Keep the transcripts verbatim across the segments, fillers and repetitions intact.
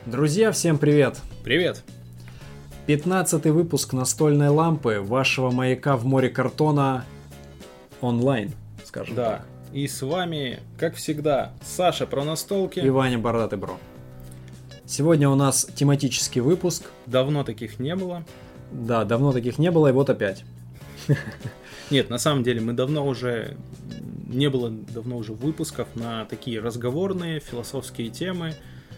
Друзья, всем привет! Привет! пятнадцатый выпуск настольной лампы, вашего маяка в море картона онлайн, скажем да. так. И с вами, как всегда, Саша про настолки и Ваня Бородатый Бро. Сегодня у нас тематический выпуск. Давно таких не было. Да, давно таких не было, и вот опять. Нет, на самом деле мы давно уже... Не было давно уже выпусков на такие разговорные, философские темы.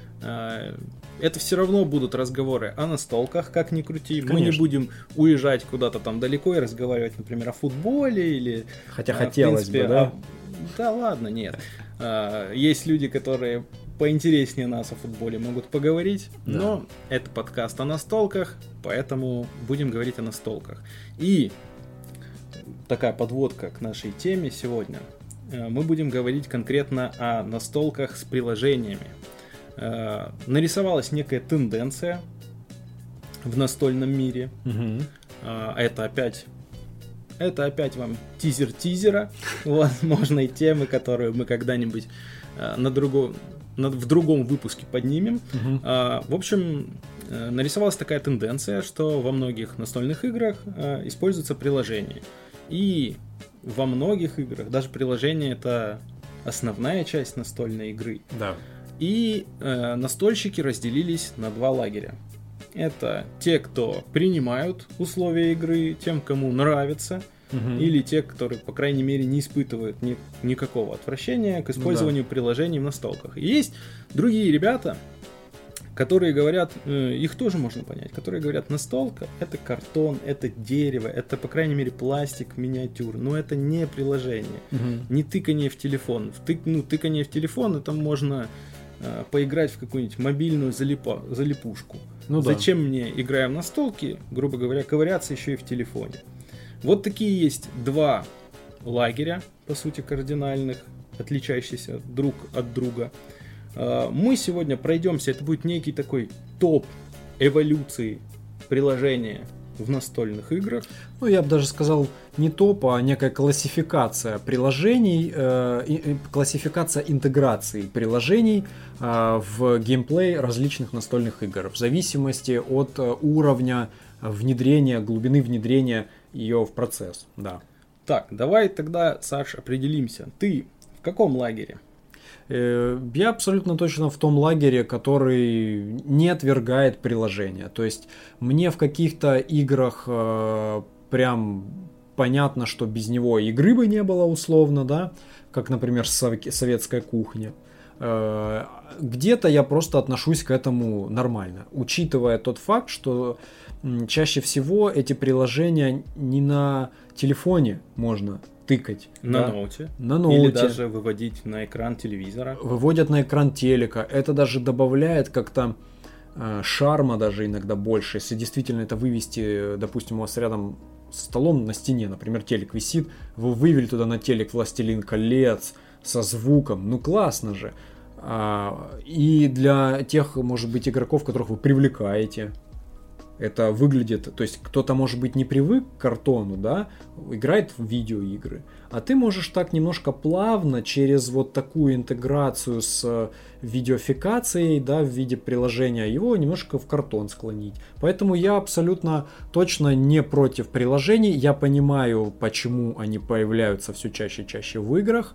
Это все равно будут разговоры о настолках, как ни крути. Конечно. Мы не будем уезжать куда-то там далеко и разговаривать, например, о футболе или... Хотя хотелось принципе, бы, да? О... Да ладно, нет. Есть люди, которые поинтереснее нас о футболе могут поговорить, да. Но это подкаст о настолках, поэтому будем говорить о настолках. И такая подводка к нашей теме сегодня. Мы будем говорить конкретно о настолках с приложениями. Нарисовалась некая тенденция в настольном мире. Угу. Это опять, это опять вам тизер тизера возможной темы, которую мы когда-нибудь на другом, на, в другом выпуске поднимем. Угу. В общем, нарисовалась такая тенденция, что во многих настольных играх используются приложения. И во многих играх даже приложение — это основная часть настольной игры. Да. И э, настольщики разделились на два лагеря. Это те, кто принимают условия игры, тем, кому нравится, угу. Или те, которые, по крайней мере, не испытывают ни, никакого отвращения к использованию ну, да. приложений в настолках. И есть другие ребята, которые говорят, э, их тоже можно понять, которые говорят, настолка — это картон, это дерево, это, по крайней мере, пластик, миниатюр, но это не приложение, угу. Не тыканье в телефон. Втык, ну, тыканье в телефон — это можно... поиграть в какую-нибудь мобильную залипа, залипушку. Ну, Зачем да. мне, играя в настолки, грубо говоря, ковыряться еще и в телефоне? Вот такие есть два лагеря, по сути, кардинальных, отличающихся друг от друга. Мы сегодня пройдемся, это будет некий такой топ эволюции приложения в настольных играх. Ну, я бы даже сказал, не топ, а некая классификация приложений, э, классификация интеграции приложений э, в геймплей различных настольных игр, в зависимости от уровня внедрения, глубины внедрения ее в процесс. Да. Так, давай тогда, Саш, определимся. Ты в каком лагере? Я абсолютно точно в том лагере, который не отвергает приложение. То есть мне в каких-то играх э, прям понятно, что без него игры бы не было условно, да, как, например, советская кухня. Э, где-то я просто отношусь к этому нормально, учитывая тот факт, что чаще всего эти приложения не на телефоне можно тыкать. На да? ноуте. На ноуте. Или даже выводить на экран телевизора. Выводят на экран телека. Это даже добавляет как-то э, шарма даже иногда больше. Если действительно это вывести, допустим, у вас рядом с столом на стене, например, телек висит, вы вывели туда на телек «Властелин колец» со звуком. Ну классно же. А, и для тех, может быть, игроков, которых вы привлекаете, это выглядит, то есть кто-то, может быть, не привык к картону, да, играет в видеоигры, а ты можешь так немножко плавно через вот такую интеграцию с видеофикацией, да, в виде приложения, его немножко в картон склонить. Поэтому я абсолютно точно не против приложений, я понимаю, почему они появляются все чаще и чаще в играх,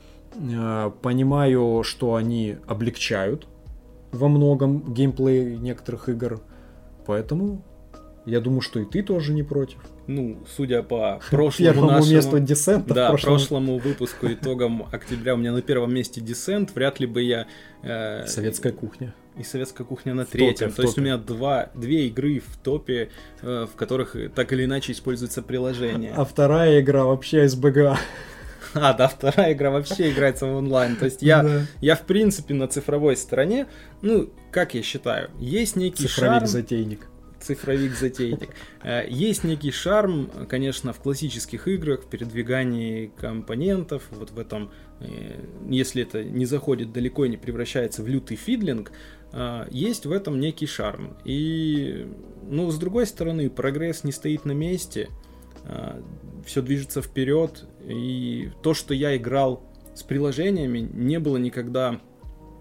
понимаю, что они облегчают во многом геймплей некоторых игр. Поэтому я думаю, что и ты тоже не против. Ну, судя по прошлому Первому нашему... месту Descent. Да, прошлому... прошлому выпуску, итогам октября у меня на первом месте Descent. Вряд ли бы я... Э... Советская кухня. И советская кухня на в третьем. Топе, То есть топе. У меня два, две игры в топе, э, в которых так или иначе используется приложение. А вторая игра вообще из БГА. А, да, вторая игра вообще играется в онлайн. То есть я, да. я в принципе на цифровой стороне, ну, как я считаю, есть некий Цифровик шарм... затейник. Цифровик-затейник. Есть некий шарм, конечно, в классических играх, в передвигании компонентов, вот в этом, если это не заходит далеко и не превращается в лютый фидлинг, есть в этом некий шарм. И, ну, с другой стороны, прогресс не стоит на месте, все движется вперед, и то, что я играл с приложениями, не было никогда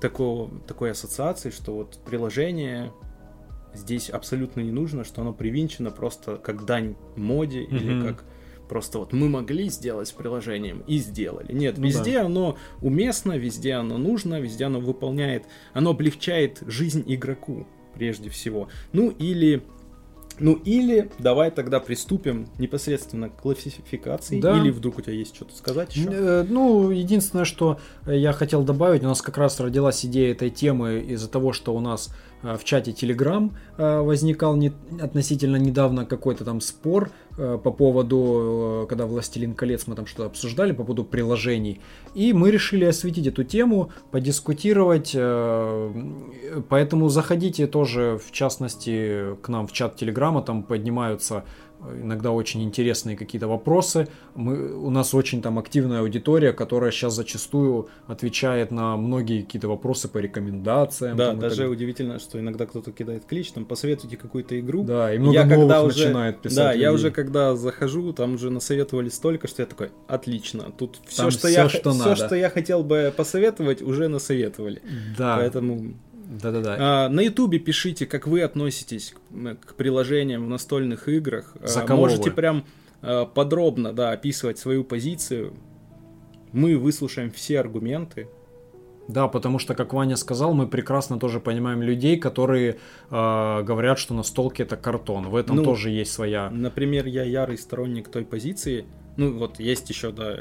такого, такой ассоциации, что вот приложение здесь абсолютно не нужно, что оно привинчено просто как дань моде mm-hmm. или как просто вот мы могли сделать с приложением и сделали. Нет, ну везде да. оно уместно, везде оно нужно, везде оно выполняет, оно облегчает жизнь игроку прежде всего. Ну или... Ну или давай тогда приступим непосредственно к классификации, да. Или вдруг у тебя есть что-то сказать еще? Э, ну, единственное, что я хотел добавить, у нас как раз родилась идея этой темы из-за того, что у нас э, в чате Telegram э, возникал не, относительно недавно какой-то там спор э, по поводу, э, когда «Властелин колец» мы там что-то обсуждали по поводу приложений, и мы решили осветить эту тему, подискутировать, э, поэтому заходите тоже, в частности, к нам в чат Telegram, там поднимаются иногда очень интересные какие-то вопросы. Мы, у нас очень там активная аудитория, которая сейчас зачастую отвечает на многие какие-то вопросы по рекомендациям. Да, там, даже удивительно, что иногда кто-то кидает клич, там, посоветуйте какую-то игру. Да, и много я новых когда начинает уже, писать Да, людей. я уже когда захожу, там уже насоветовали столько, что я такой, отлично, тут все, там что, все, я, что, все надо. что я хотел бы посоветовать, уже насоветовали. Да. Поэтому... Да-да-да. А, на Ютубе пишите, как вы относитесь к, к приложениям в настольных играх. За а, кого можете вы? прям а, подробно, да, описывать свою позицию. Мы выслушаем все аргументы. Да, потому что, как Ваня сказал, мы прекрасно тоже понимаем людей, которые э, говорят, что настолки это картон. В этом ну, тоже есть своя... Например, я ярый сторонник той позиции. Ну, вот есть еще, да...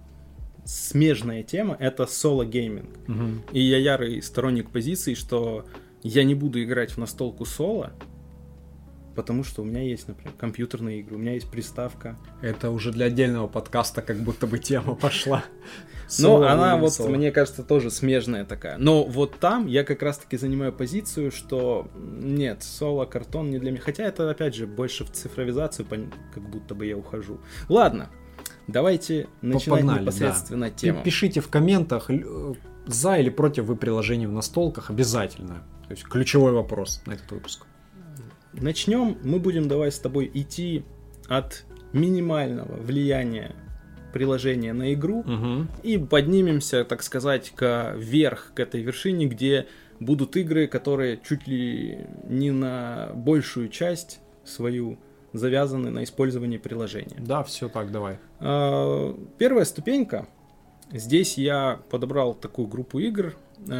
смежная тема — это соло-гейминг. Угу. И я ярый сторонник позиции, что я не буду играть в настолку соло, потому что у меня есть, например, компьютерные игры, у меня есть приставка. Это уже для отдельного подкаста как будто бы тема пошла. Но она вот, мне кажется, тоже смежная такая. Но вот там я как раз-таки занимаю позицию, что нет, соло-картон не для меня. Хотя это, опять же, больше в цифровизацию, как будто бы я ухожу. Ладно. Давайте начинать Погнали, непосредственно да. тему. Пишите в комментах, за или против вы приложений в настолках, обязательно. То есть ключевой вопрос на этот выпуск. Начнем, мы будем давай с тобой идти от минимального влияния приложения на игру угу. и поднимемся, так сказать, к вверх, к этой вершине, где будут игры, которые чуть ли не на большую часть свою завязаны на использовании приложения. Да, все так, давай. Первая ступенька. Здесь я подобрал такую группу игр,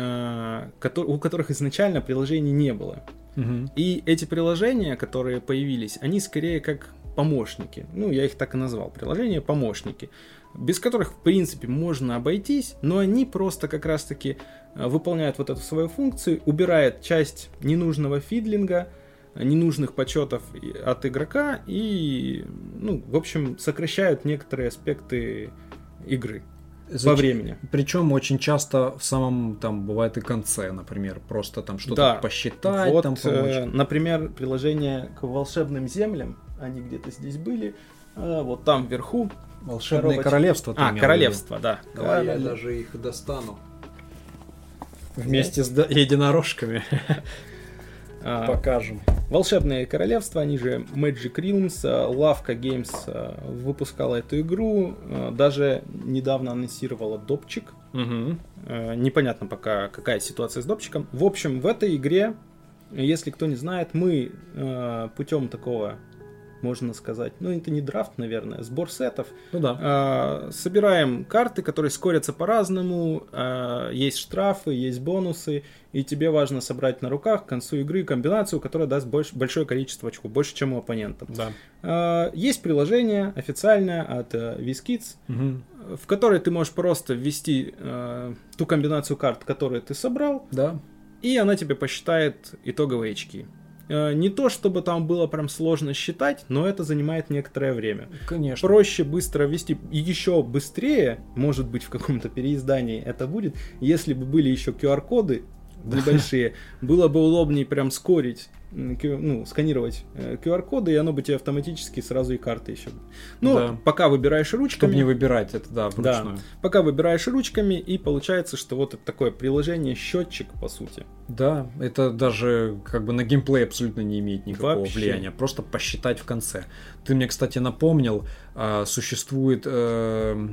у которых изначально приложений не было. Угу. И эти приложения, которые появились, они скорее как помощники. Ну, я их так и назвал. Приложения-помощники. Без которых, в принципе, можно обойтись, но они просто как раз-таки выполняют вот эту свою функцию, убирают часть ненужного фидлинга, ненужных подсчетов от игрока и, ну, в общем, сокращают некоторые аспекты игры Зачем? По времени. Причем очень часто в самом, там, бывает и конце, например, просто там что-то да. посчитать, вот, там помочь. Э, например, приложение к волшебным землям, они где-то здесь были, а вот там вверху. Волшебное королевство. А, королевство, да. Давай я даже их достану. Вместе с единорожками. Покажем. Волшебное королевство, они же Magic Realms, Лавка Games выпускала эту игру, даже недавно анонсировала допчик. Угу. Непонятно пока, какая ситуация с допчиком. В общем, в этой игре, если кто не знает, мы путем такого, можно сказать, ну это не драфт, наверное, сбор сетов. Ну да. Собираем карты, которые скорятся по-разному, есть штрафы, есть бонусы, и тебе важно собрать на руках к концу игры комбинацию, которая даст больш, большое количество очков, больше, чем у оппонента. Да. Есть приложение официальное от WizKids, угу. в которое ты можешь просто ввести ту комбинацию карт, которую ты собрал, да. и она тебе посчитает итоговые очки. Не то, чтобы там было прям сложно считать, но это занимает некоторое время. Конечно. Проще быстро ввести, и еще быстрее, может быть, в каком-то переиздании это будет, если бы были еще ку ар коды небольшие, было бы удобнее прям скорить, ну, сканировать ку ар коды, и оно бы тебе автоматически сразу и карты еще. Ну, да. Пока выбираешь ручками. Чтобы не выбирать это, да, вручную. Да, пока выбираешь ручками, и получается, что вот это такое приложение, счетчик, по сути. Да, это даже как бы на геймплей абсолютно не имеет никакого Вообще. влияния, просто посчитать в конце. Ты мне, кстати, напомнил, существует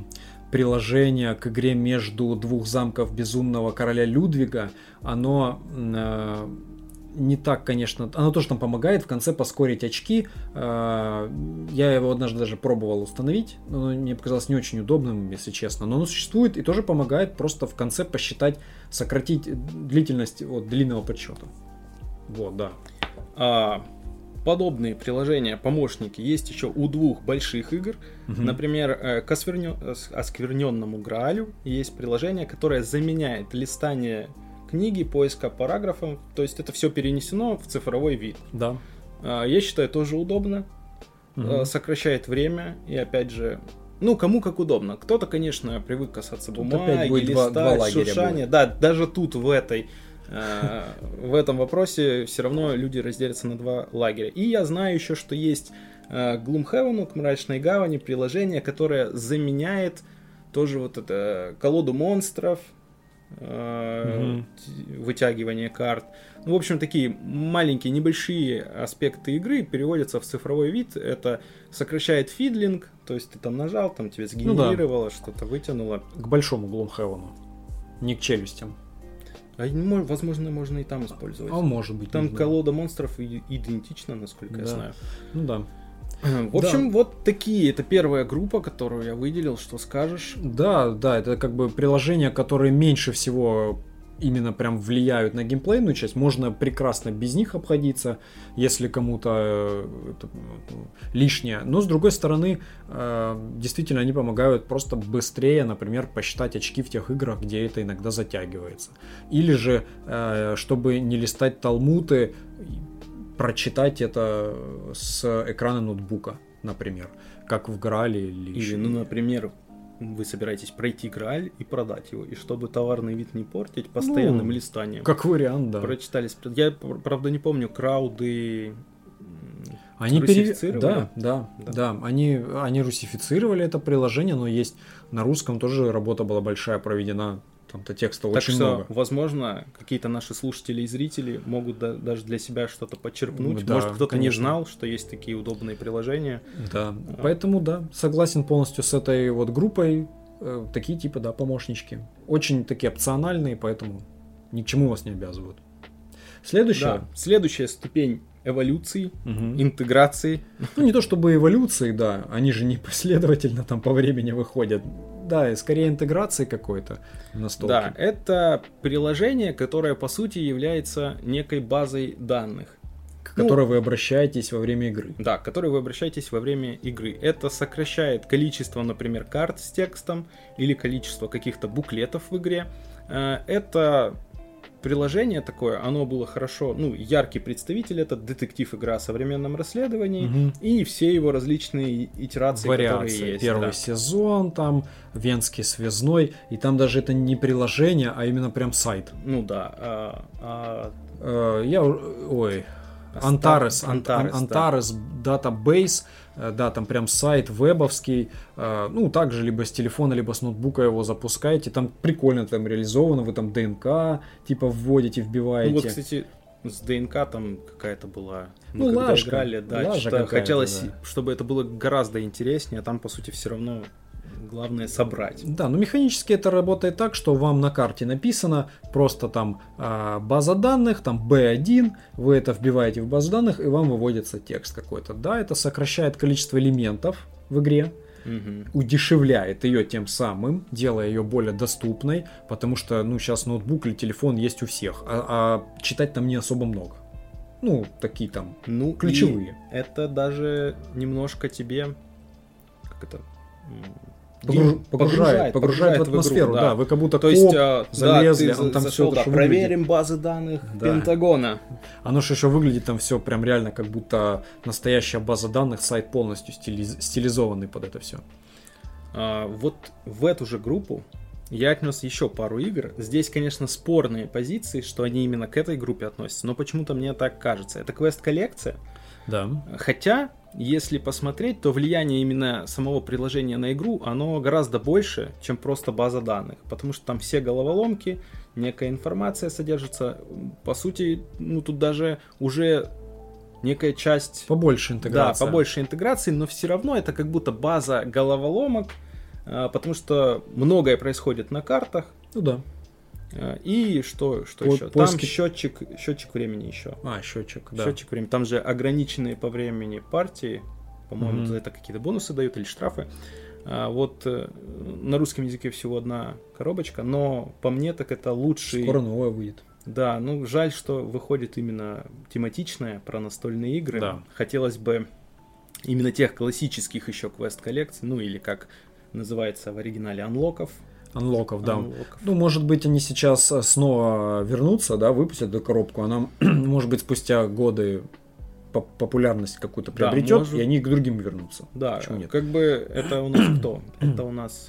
приложение к игре между двух замков безумного короля Людвига, оно э, не так, конечно, оно тоже там помогает в конце поскорить очки. Э, я его однажды даже пробовал установить, но мне показалось не очень удобным, если честно. Но оно существует и тоже помогает просто в конце посчитать, сократить длительность вот, длинного подсчета. Вот, да. А, подобные приложения, помощники есть еще у двух больших игр. Угу. Например, к оскверненному Граалю есть приложение, которое заменяет листание книги, поиска параграфов. То есть это все перенесено в цифровой вид. Да. А, я считаю, тоже удобно. Угу. Сокращает время. И опять же, ну, кому как удобно. Кто-то, конечно, привык касаться бумаги, листать, шуршания. Да, даже тут в этой... в этом вопросе все равно люди разделятся на два лагеря. И я знаю еще, что есть Gloomhaven, к Мрачной Гавани, приложение, которое заменяет тоже вот это колоду монстров, mm-hmm. вытягивание карт. Ну, в общем, такие маленькие, небольшие аспекты игры переводятся в цифровой вид. Это сокращает фидлинг, то есть ты там нажал, там тебе сгенерировало, ну, да. что-то вытянуло. К большому Gloomhaven, не к челюстям. А, возможно, можно и там использовать. А может быть. Там колода монстров идентична, насколько да. я знаю. Ну да. В общем, да. вот такие. Это первая группа, которую я выделил. Что скажешь? Да, да, это как бы приложения, которые меньше всего именно прям влияют на геймплейную часть. Можно прекрасно без них обходиться, если кому-то это лишнее. Но с другой стороны, действительно они помогают просто быстрее, например, посчитать очки в тех играх, где это иногда затягивается. Или же, чтобы не листать талмуды, прочитать это с экрана ноутбука, например, как в Граале. Или, или ну, например, вы собираетесь пройти Грааль и продать его, и чтобы товарный вид не портить постоянным ну, листанием. Как вариант, да. Прочитались. Я, правда, не помню, крауды они русифицировали? Перев... Да, да, да, да. Они, они русифицировали это приложение, но есть на русском тоже работа была большая проведена. Там-то текста так очень что, много. Возможно, какие-то наши слушатели и зрители могут да, даже для себя что-то подчерпнуть. Да, может, кто-то конечно. не знал, что есть такие удобные приложения. Да, а. Поэтому, да, согласен полностью с этой вот группой. Э, такие типа, да, помощнички. Очень такие опциональные, поэтому ни к чему вас не обязывают. Следующая. Да, следующая ступень эволюции, угу. интеграции. Ну, не то чтобы эволюции, да, они же не последовательно там по времени выходят. Да, скорее интеграции какой-то настолки. Да, это приложение, которое по сути является некой базой данных. К которой ну, вы обращаетесь во время игры. Да, к которой вы обращаетесь во время игры. Это сокращает количество, например, карт с текстом или количество каких-то буклетов в игре. Это приложение такое, оно было хорошо, ну, яркий представитель, это детектив-игра о современном расследовании, угу. и все его различные итерации, вариации. Которые есть. Первый да. сезон, там, Венский связной, и там даже это не приложение, а именно прям сайт. Ну да. А, а... А, я, ой... Antares, Antares, Antares да. Database, да, там прям сайт вебовский, ну, также либо с телефона, либо с ноутбука его запускаете, там прикольно там реализовано, вы там ДНК, типа, вводите, вбиваете. Ну, вот, кстати, с ДНК там какая-то была, ну, ну когда лажка, играли, да, что хотелось, да. чтобы это было гораздо интереснее, а там, по сути, все равно... Главное собрать. Да, но механически это работает так, что вам на карте написано просто там э, база данных, там би один, вы это вбиваете в базу данных, и вам выводится текст какой-то. Да, это сокращает количество элементов в игре, угу. удешевляет ее тем самым, делая ее более доступной, потому что, ну, сейчас ноутбук или телефон есть у всех, а, а читать там не особо много. Ну, такие там ну, ключевые. Это даже немножко тебе, как это... Погруж... Погружает, погружает, погружает в атмосферу, в игру, да. да. Вы как будто То есть, а, залезли, да, ты он там зашел, все да, проверим базы данных да. Пентагона. Оно же еще выглядит там все прям реально, как будто настоящая база данных, сайт полностью стилиз... стилизованный под это все. А, вот в эту же группу я отнес еще пару игр. Здесь, конечно, спорные позиции, что они именно к этой группе относятся, но почему-то мне так кажется. Это квест-коллекция. Да. Хотя... Если посмотреть, то влияние именно самого приложения на игру, оно гораздо больше, чем просто база данных. Потому что там все головоломки, некая информация содержится. По сути, ну тут даже уже некая часть... Побольше интеграции. Да, побольше интеграции, но все равно это как будто база головоломок, потому что многое происходит на картах. Ну да. И что, что По- еще? поиски- Там счетчик, счетчик времени еще. А, счетчик, да. Счетчик времени. Там же ограниченные по времени партии. По-моему, Мгм. за это какие-то бонусы дают или штрафы. А вот э, на русском языке всего одна коробочка, но по мне так это лучший... Скоро новое выйдет. Да, ну жаль, что выходит именно тематичная про настольные игры. Да. Хотелось бы именно тех классических еще квест-коллекций, ну или как называется в оригинале анлоков. Анлоков, да. Анлоков. Ну, может быть, они сейчас снова вернутся, да, выпустят эту коробку. Она, может быть, спустя годы по- популярность какую-то Да, приобретет, может. и они к другим вернутся. Да, Почему нет? как бы это у нас кто? Это у нас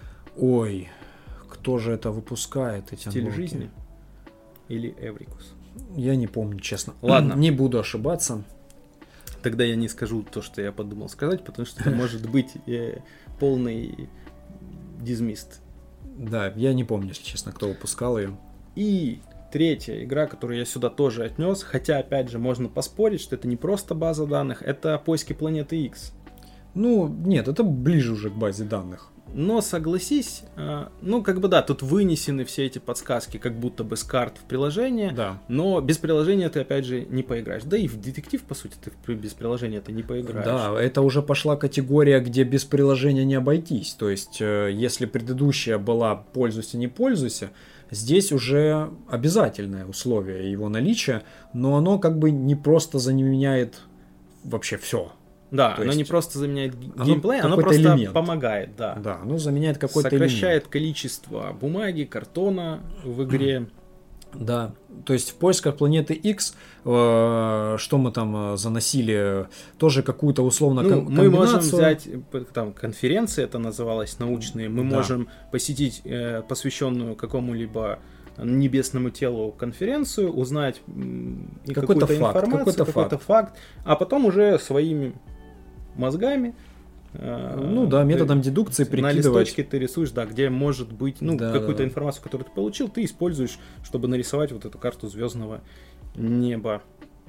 Ой, кто же это выпускает, эти стиль анлоки? жизни или Эврикус? Я не помню, честно. Ладно. Не буду ошибаться. Тогда я не скажу то, что я подумал сказать, потому что это может быть э, полный дизмист. Да, я не помню, если честно, кто выпускал ее. И третья игра, которую я сюда тоже отнес, хотя, опять же, можно поспорить, что это не просто база данных, это поиски планеты X. Ну, нет, это ближе уже к базе данных. Но согласись, э, ну, как бы да, тут вынесены все эти подсказки, как будто бы с карт в приложение, Да. но без приложения ты, опять же, не поиграешь. Да и в детектив, по сути, ты в- без приложения ты не поиграешь. Да, это уже пошла категория, где без приложения не обойтись. То есть, э, если предыдущая была «пользуйся, не пользуйся», здесь уже обязательное условие его наличия, но оно как бы не просто заменяет вообще все. Да, То оно есть не просто заменяет г- оно геймплей, оно какой-то просто элемент. помогает, да. Да, оно заменяет какой-то Сокращает элемент. количество бумаги, картона в игре. Да, то есть в поисках планеты X, э, что мы там э, заносили, тоже какую-то условно Ну, ком- мы можем комбинацию. взять, э, там, конференции это называлось, научные, мы Да. можем посетить э, посвященную какому-либо небесному телу конференцию, узнать м, и Какой-то какую-то факт, информацию, какой-то какой-то факт. факт, а потом уже своими мозгами э, Ну да, ты- методом дедукции на прикидывать. листочке ты рисуешь, да, где может быть, ну, Да, какую-то да. информацию, которую ты получил, ты используешь, чтобы нарисовать вот эту карту звездного неба.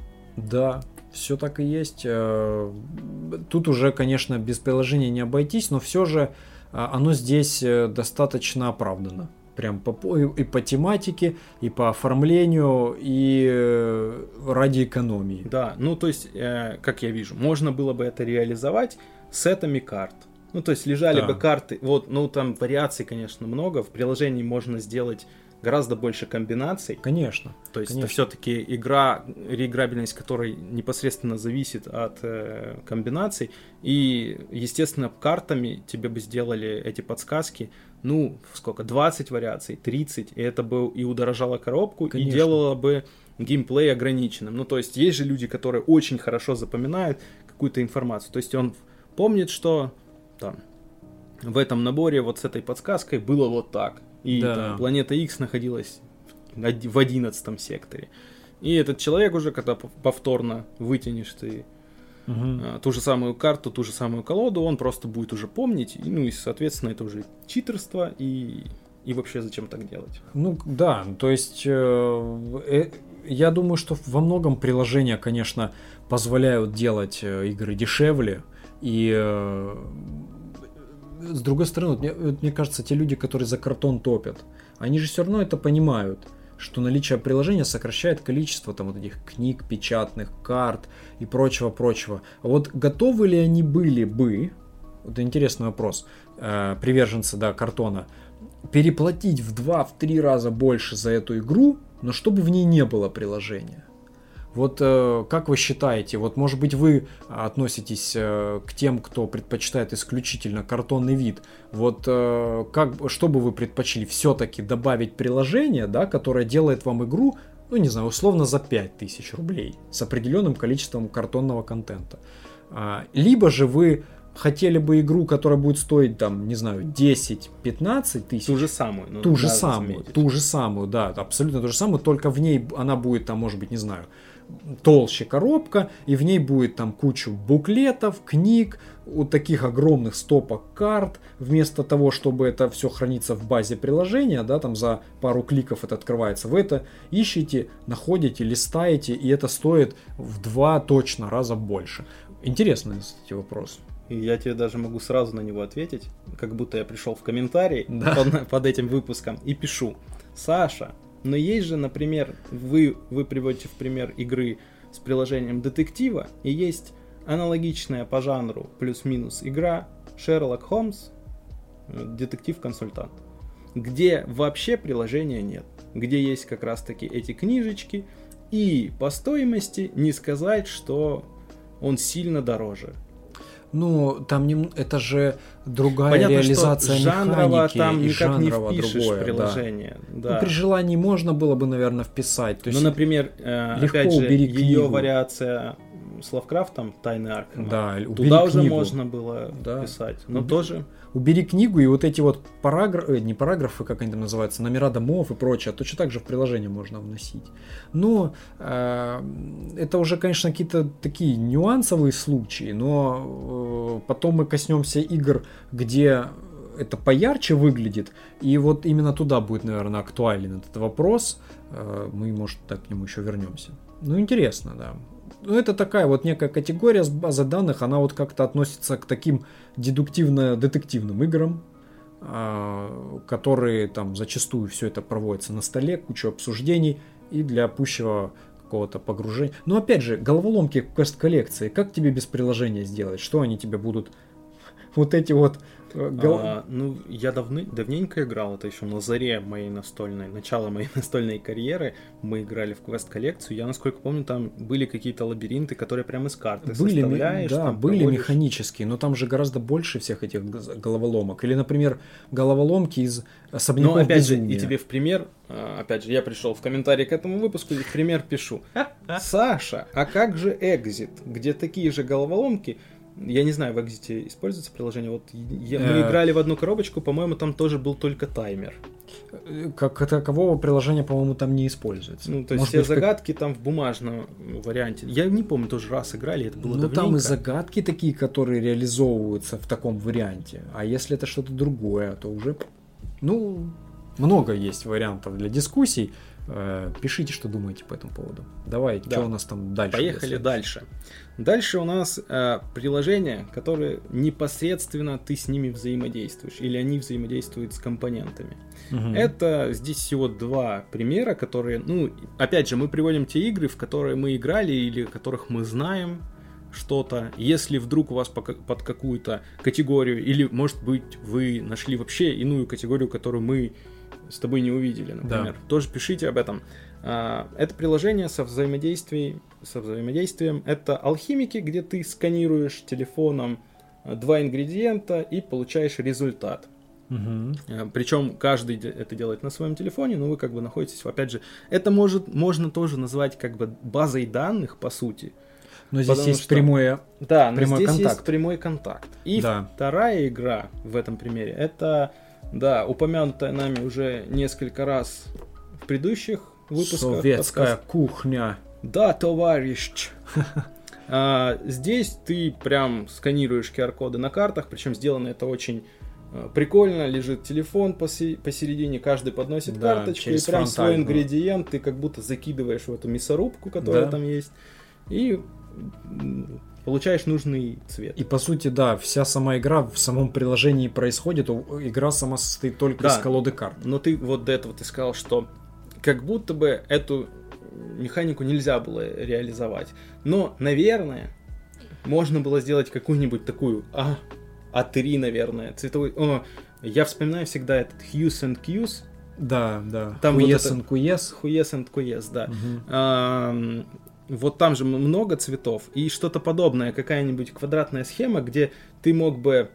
Да, все так и есть. Э, Тут уже, конечно, без приложения не обойтись, но все же а, оно здесь э, достаточно оправдано. Прям по, по- и по тематике, и по оформлению, и э, ради экономии. Да, ну то есть, э, как я вижу, можно было бы это реализовать сетами карт. Ну то есть лежали Да. бы карты, вот, ну там вариаций, конечно, много, в приложении можно сделать гораздо больше комбинаций. Конечно. То есть конечно. это все-таки игра, реиграбельность которой непосредственно зависит от э, комбинаций. И, естественно, картами тебе бы сделали эти подсказки, ну, сколько, двадцать вариаций, тридцать, и это бы и удорожало коробку, Конечно. и делало бы геймплей ограниченным. Ну, то есть есть же люди, которые очень хорошо запоминают какую-то информацию. То есть он помнит, что там в этом наборе вот с этой подсказкой было вот так. И Да. там, планета X находилась в одиннадцатом секторе. И этот человек уже, когда пов- повторно вытянешь ты Мгм. а, ту же самую карту, ту же самую колоду, он просто будет уже помнить. И, ну и, соответственно, это уже читерство. И, и вообще зачем так делать? Ну да, то есть э, э, я думаю, что во многом приложения, конечно, позволяют делать э, игры дешевле. И э, с другой стороны, вот мне, вот мне кажется, те люди, которые за картон топят, они же все равно это понимают, что наличие приложения сокращает количество там вот этих книг, печатных, карт и прочего-прочего. А вот готовы ли они были бы, вот интересный вопрос, э, приверженцы, да, картона, переплатить в два-три раза больше за эту игру, но чтобы в ней не было приложения? Вот э, как вы считаете, вот может быть вы относитесь э, к тем, кто предпочитает исключительно картонный вид, вот э, как, что бы вы предпочли, все-таки добавить приложение, да, которое делает вам игру, ну не знаю, условно за пять тысяч рублей с определенным количеством картонного контента, а, либо же вы хотели бы игру, которая будет стоить там, не знаю, десять-пятнадцать тысяч, Ту же самую. ну, ту же надо самую, заметить. ту же самую, да, абсолютно ту же самую, только в ней она будет там, может быть, не знаю, толще коробка, и в ней будет там кучу буклетов, книг, вот таких огромных стопок карт, вместо того, чтобы это все хранится в базе приложения, да, там за пару кликов это открывается, вы это ищете, находите, листаете, и это стоит в два точно раза больше. Интересный, кстати, вопрос. и я тебе даже могу сразу на него ответить, как будто я пришел в комментарий да. под, под этим выпуском и пишу: Саша, но есть же, например, вы, вы приводите в пример игры с приложением детектива, и есть аналогичная по жанру плюс-минус игра Шерлок Холмс, детектив-консультант, где вообще приложения нет, где есть как раз-таки эти книжечки, и по стоимости не сказать, что он сильно дороже. Ну, там не, это же другая Понятно, реализация что жанрово механики, там и никак не жанрово впишешь другое, приложение. Да. Да. Ну, при желании можно было бы, наверное, вписать. То есть, ну, например, легко опять же, убери ее книгу. вариация с Лавкрафтом «Тайны Аркхема», Да, туда уже книгу. можно было Да. писать. Но Убери. тоже... Убери книгу, и вот эти вот параграфы, не параграфы, как они там называются, номера домов и прочее, точно так же в приложение можно вносить. Но э, это уже, конечно, какие-то такие нюансовые случаи, но э, потом мы коснемся игр, где это поярче выглядит, и вот именно туда будет, наверное, актуален этот вопрос. Э, мы, может, так к нему еще вернемся. Ну, интересно, да. Ну, это такая вот некая категория с базы данных, она вот как-то относится к таким дедуктивно-детективным играм, которые там зачастую все это проводится на столе, куча обсуждений и для пущего какого-то погружения. Но опять же, головоломки квест-коллекции, как тебе без приложения сделать? Что они тебе будут... Вот эти вот... Гол... А, ну, я давны, давненько играл, это еще на заре моей настольной, начала моей настольной карьеры, мы играли в квест-коллекцию, я, насколько помню, там были какие-то лабиринты, которые прямо из карты были, составляешь. Да, там были проводишь. механические, но там же гораздо больше всех этих головоломок. Или, например, головоломки из особняков Ну, опять безумия. же, и тебе в пример, опять же, я пришел в комментарии к этому выпуску, и в пример пишу: Саша, а как же Exit, где такие же головоломки? Я не знаю, в Exit используется приложение. Вот я, мы играли в одну коробочку, по-моему, там тоже был только таймер. Как такового приложения, по-моему, там не используется. Ну, то есть Может все быть, загадки как... там в бумажном варианте. Я не помню, тоже раз играли, это было ну, давненько. там и загадки такие, которые реализовываются в таком варианте. А если это что-то другое, то уже... Ну, много есть вариантов для дискуссий. Пишите, что думаете по этому поводу. Давай, да. Что у нас там дальше? Поехали есть? дальше. Дальше у нас э, приложения, которые непосредственно ты с ними взаимодействуешь, или они взаимодействуют с компонентами. Угу. Это здесь всего два примера, которые, ну, опять же, мы приводим те игры, в которые мы играли или в которых мы знаем что-то. Если вдруг у вас под какую-то категорию, или, может быть, вы нашли вообще иную категорию, которую мы с тобой не увидели, например, да. тоже пишите об этом. Это приложение со взаимодействием, со взаимодействием. Это алхимики, где ты сканируешь телефоном два ингредиента и получаешь результат. Угу. Причем каждый это делает на своем телефоне, но вы как бы находитесь, опять же, это может, можно тоже назвать как бы базой данных, по сути. Но здесь есть что, прямое, да, прямой здесь контакт. есть прямой контакт. И да. вторая игра в этом примере, это, да, упомянутая нами уже несколько раз в предыдущих выпусках. Советская подкаст. Кухня. Да, товарищ. а, здесь ты прям сканируешь ку ар-коды на картах, причем сделано это очень прикольно. Лежит телефон посередине, каждый подносит да, карточку, и прям свой ингредиент ты как будто закидываешь в эту мясорубку, которая да. там есть, и получаешь нужный цвет. И по сути, да, вся сама игра в самом приложении происходит, игра сама состоит только да, из колоды карт. Но ты вот до этого ты сказал, что как будто бы эту механику нельзя было реализовать. Но, наверное, можно было сделать какую-нибудь такую а, а три, наверное, цветовой. О, я вспоминаю всегда этот Hues and Cues. Да, да. Там Hues вот and Cues. Hues and Cues, да. Угу. А, вот там же много цветов, и что-то подобное, какая-нибудь квадратная схема, где ты мог бы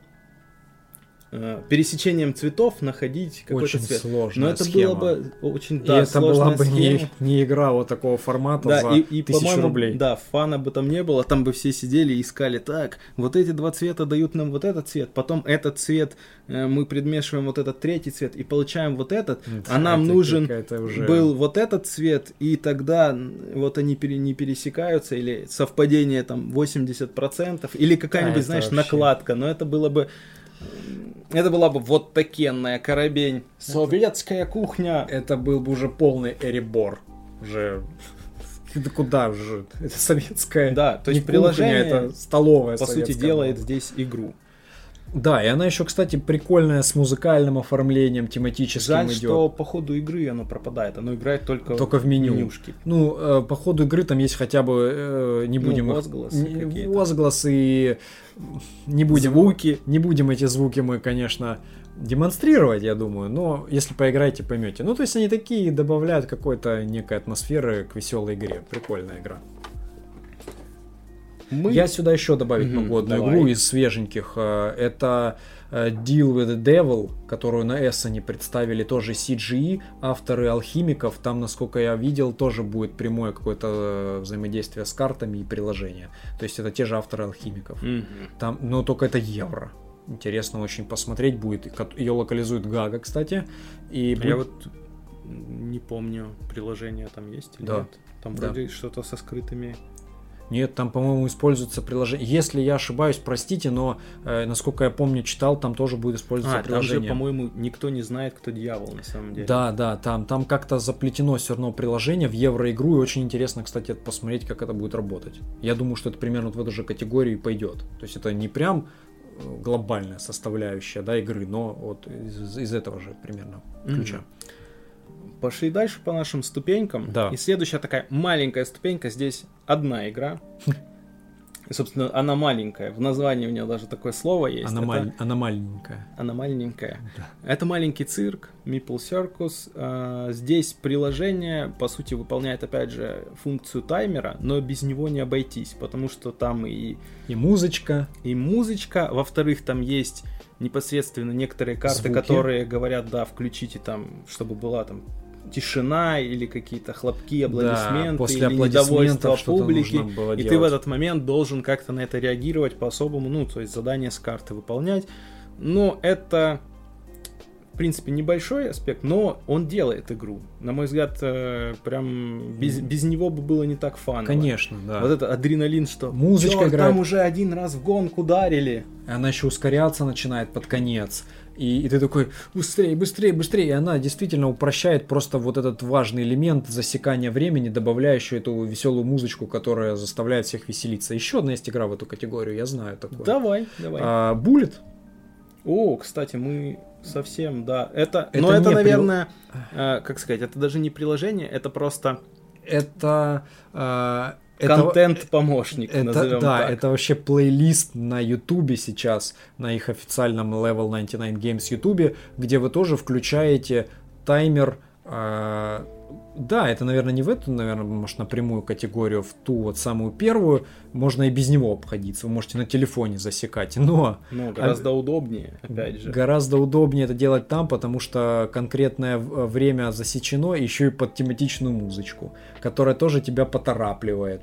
э, пересечением цветов находить какой-то очень цвет. Сложная Но это схема. было бы очень и да, это была бы схема. не, не игра вот такого формата да, за и, и, тысячу рублей. Да, фана бы там не было, там бы все сидели и искали, так, вот эти два цвета дают нам вот этот цвет, потом этот цвет э, мы предмешиваем вот этот третий цвет и получаем вот этот, да, а нам нужен уже... был вот этот цвет, и тогда вот они пере, не пересекаются, или совпадение там восемьдесят процентов, или какая-нибудь, да, знаешь, вообще... накладка, но это было бы Это была бы вот такенная коробень. Советская кухня. Это был бы уже полный эребор. Уже Это куда же? Это советская. Да, то есть не кухня, приложение, это столовая по сути, советская. делает здесь игру. Да, и она еще, кстати, прикольная, с музыкальным оформлением, тематическим Жаль, идет. что по ходу игры оно пропадает. Оно играет только, только в меню. менюшке. Ну, э, по ходу игры там есть хотя бы, э, не будем ну, их... возгласы не, какие-то. возгласы и... Не будем, звуки. Не будем эти звуки мы, конечно, демонстрировать, я думаю, но если поиграете, поймете. Ну, то есть они такие добавляют какой-то некой атмосферы к веселой игре. Прикольная игра. Мы... Я сюда еще добавить mm-hmm, могу одну давай. игру из свеженьких. Это Deal with the Devil, которую на Essen представили, тоже си джи и, авторы Алхимиков. Там, насколько я видел, тоже будет прямое какое-то взаимодействие с картами и приложения. То есть это те же авторы Алхимиков. Mm-hmm. Там, но только это евро. Интересно очень посмотреть будет. Ее локализует Гага, кстати. И будет... Я вот не помню, приложение там есть или да. нет. Там да. вроде что-то со скрытыми... Нет, там, по-моему, используется приложение. Если я ошибаюсь, простите, но, э, насколько я помню, читал, там тоже будет использоваться а, приложение. Там же, по-моему, никто не знает, кто дьявол на самом деле. Да, да, там, там как-то заплетено все равно приложение в евроигру, и очень интересно, кстати, посмотреть, как это будет работать. Я думаю, что это примерно вот в эту же категорию пойдет. То есть это не прям глобальная составляющая, да, игры, но вот из, из этого же примерно ключа. Mm-hmm. Пошли дальше по нашим ступенькам. Да. И следующая такая маленькая ступенька. Здесь одна игра. И, собственно, она маленькая. В названии у нее даже такое слово есть. Она, маль... она маленькая. Она маленькая. Да. Это маленький цирк, Meeple Circus. Здесь приложение, по сути, выполняет, опять же, функцию таймера, но без него не обойтись, потому что там и... И музычка. И музычка. Во-вторых, там есть непосредственно некоторые карты, звуки, которые говорят, да, включите там, чтобы была там тишина или какие-то хлопки, аплодисменты, да, после или недовольство публики, и делать. Ты в этот момент должен как-то на это реагировать по-особому, ну, то есть задание с карты выполнять. Но это, в принципе, небольшой аспект, но он делает игру. На мой взгляд, прям без, без него бы было не так фаново. Конечно, да. Вот это адреналин, что музычка играет. Там уже один раз в гонку ударили. Она еще ускоряться начинает под конец. И, и ты такой, быстрее, быстрее, быстрее. И она действительно упрощает просто вот этот важный элемент засекания времени, добавляющий эту веселую музычку, которая заставляет всех веселиться. Еще одна есть игра в эту категорию, я знаю такое. Давай, давай. А, Bullet. О, кстати, мы совсем, да. Это, это но это, наверное, при... э, как сказать, это даже не приложение, это просто... Это... Э, контент-помощник, это, назовем да, так. это вообще плейлист на Ютубе сейчас, на их официальном Level девяносто девять Games Ютубе, где вы тоже включаете таймер. Э, да, это, наверное, не в эту, наверное, может, напрямую категорию, в ту вот самую первую. Можно и без него обходиться. Вы можете на телефоне засекать, но... Ну, гораздо а, удобнее, опять же. Гораздо удобнее это делать там, потому что конкретное время засечено, еще и под тематичную музычку, которая тоже тебя поторапливает.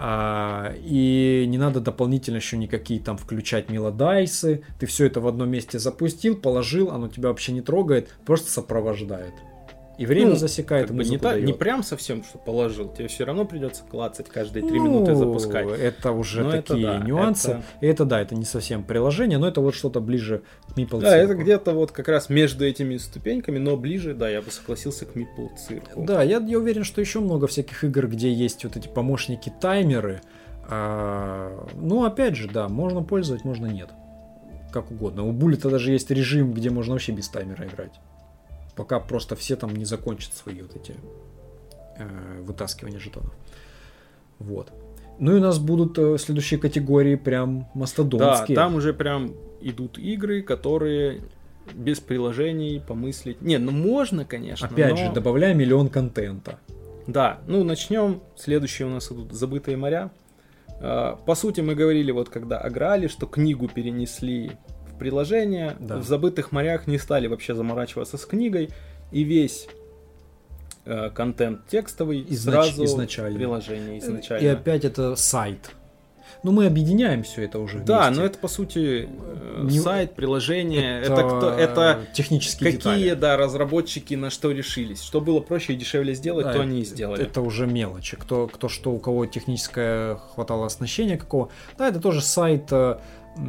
А, и не надо дополнительно еще никакие там включать мелодайсы. Ты все это в одном месте запустил, положил, оно тебя вообще не трогает, просто сопровождает. И время ну, засекает, как бы не, та, не прям совсем, что положил. Тебе все равно придется клацать каждые три ну, минуты запускать. Это уже но такие это, да, нюансы. Это... И это да, это не совсем приложение, но это вот что-то ближе к Meeple Да, Circle. это где-то вот как раз между этими ступеньками, но ближе, да, я бы согласился к Meeple Circle. Да, я, я уверен, что еще много всяких игр, где есть вот эти помощники-таймеры. А, ну, опять же, да, можно пользовать, можно нет. Как угодно. У Bullet даже есть режим, где можно вообще без таймера играть. Пока просто все там не закончат свои вот эти э, вытаскивания жетонов. Вот. Ну и у нас будут э, следующие категории прям мастодонтские. Да, там уже прям идут игры, которые без приложений помыслить. Не, ну можно, конечно. Опять но... же, добавляя миллион контента. Да, ну начнем. Следующие у нас идут «Забытые моря». Э, по сути, мы говорили, вот когда играли, что книгу перенесли... приложения, да. В «Забытых морях» не стали вообще заморачиваться с книгой, и весь э, контент текстовый Изнач... сразу изначально. Приложение изначально. И опять это сайт. Ну, мы объединяем все это уже вместе. Да, но это, по сути, э, не... сайт, приложение, это, это, кто, это технические какие, детали. Да, разработчики на что решились. Что было проще и дешевле сделать, да, то они и сделали. Это уже мелочи. Кто, кто что, у кого техническое хватало оснащения какого. Да, это тоже сайт... Э,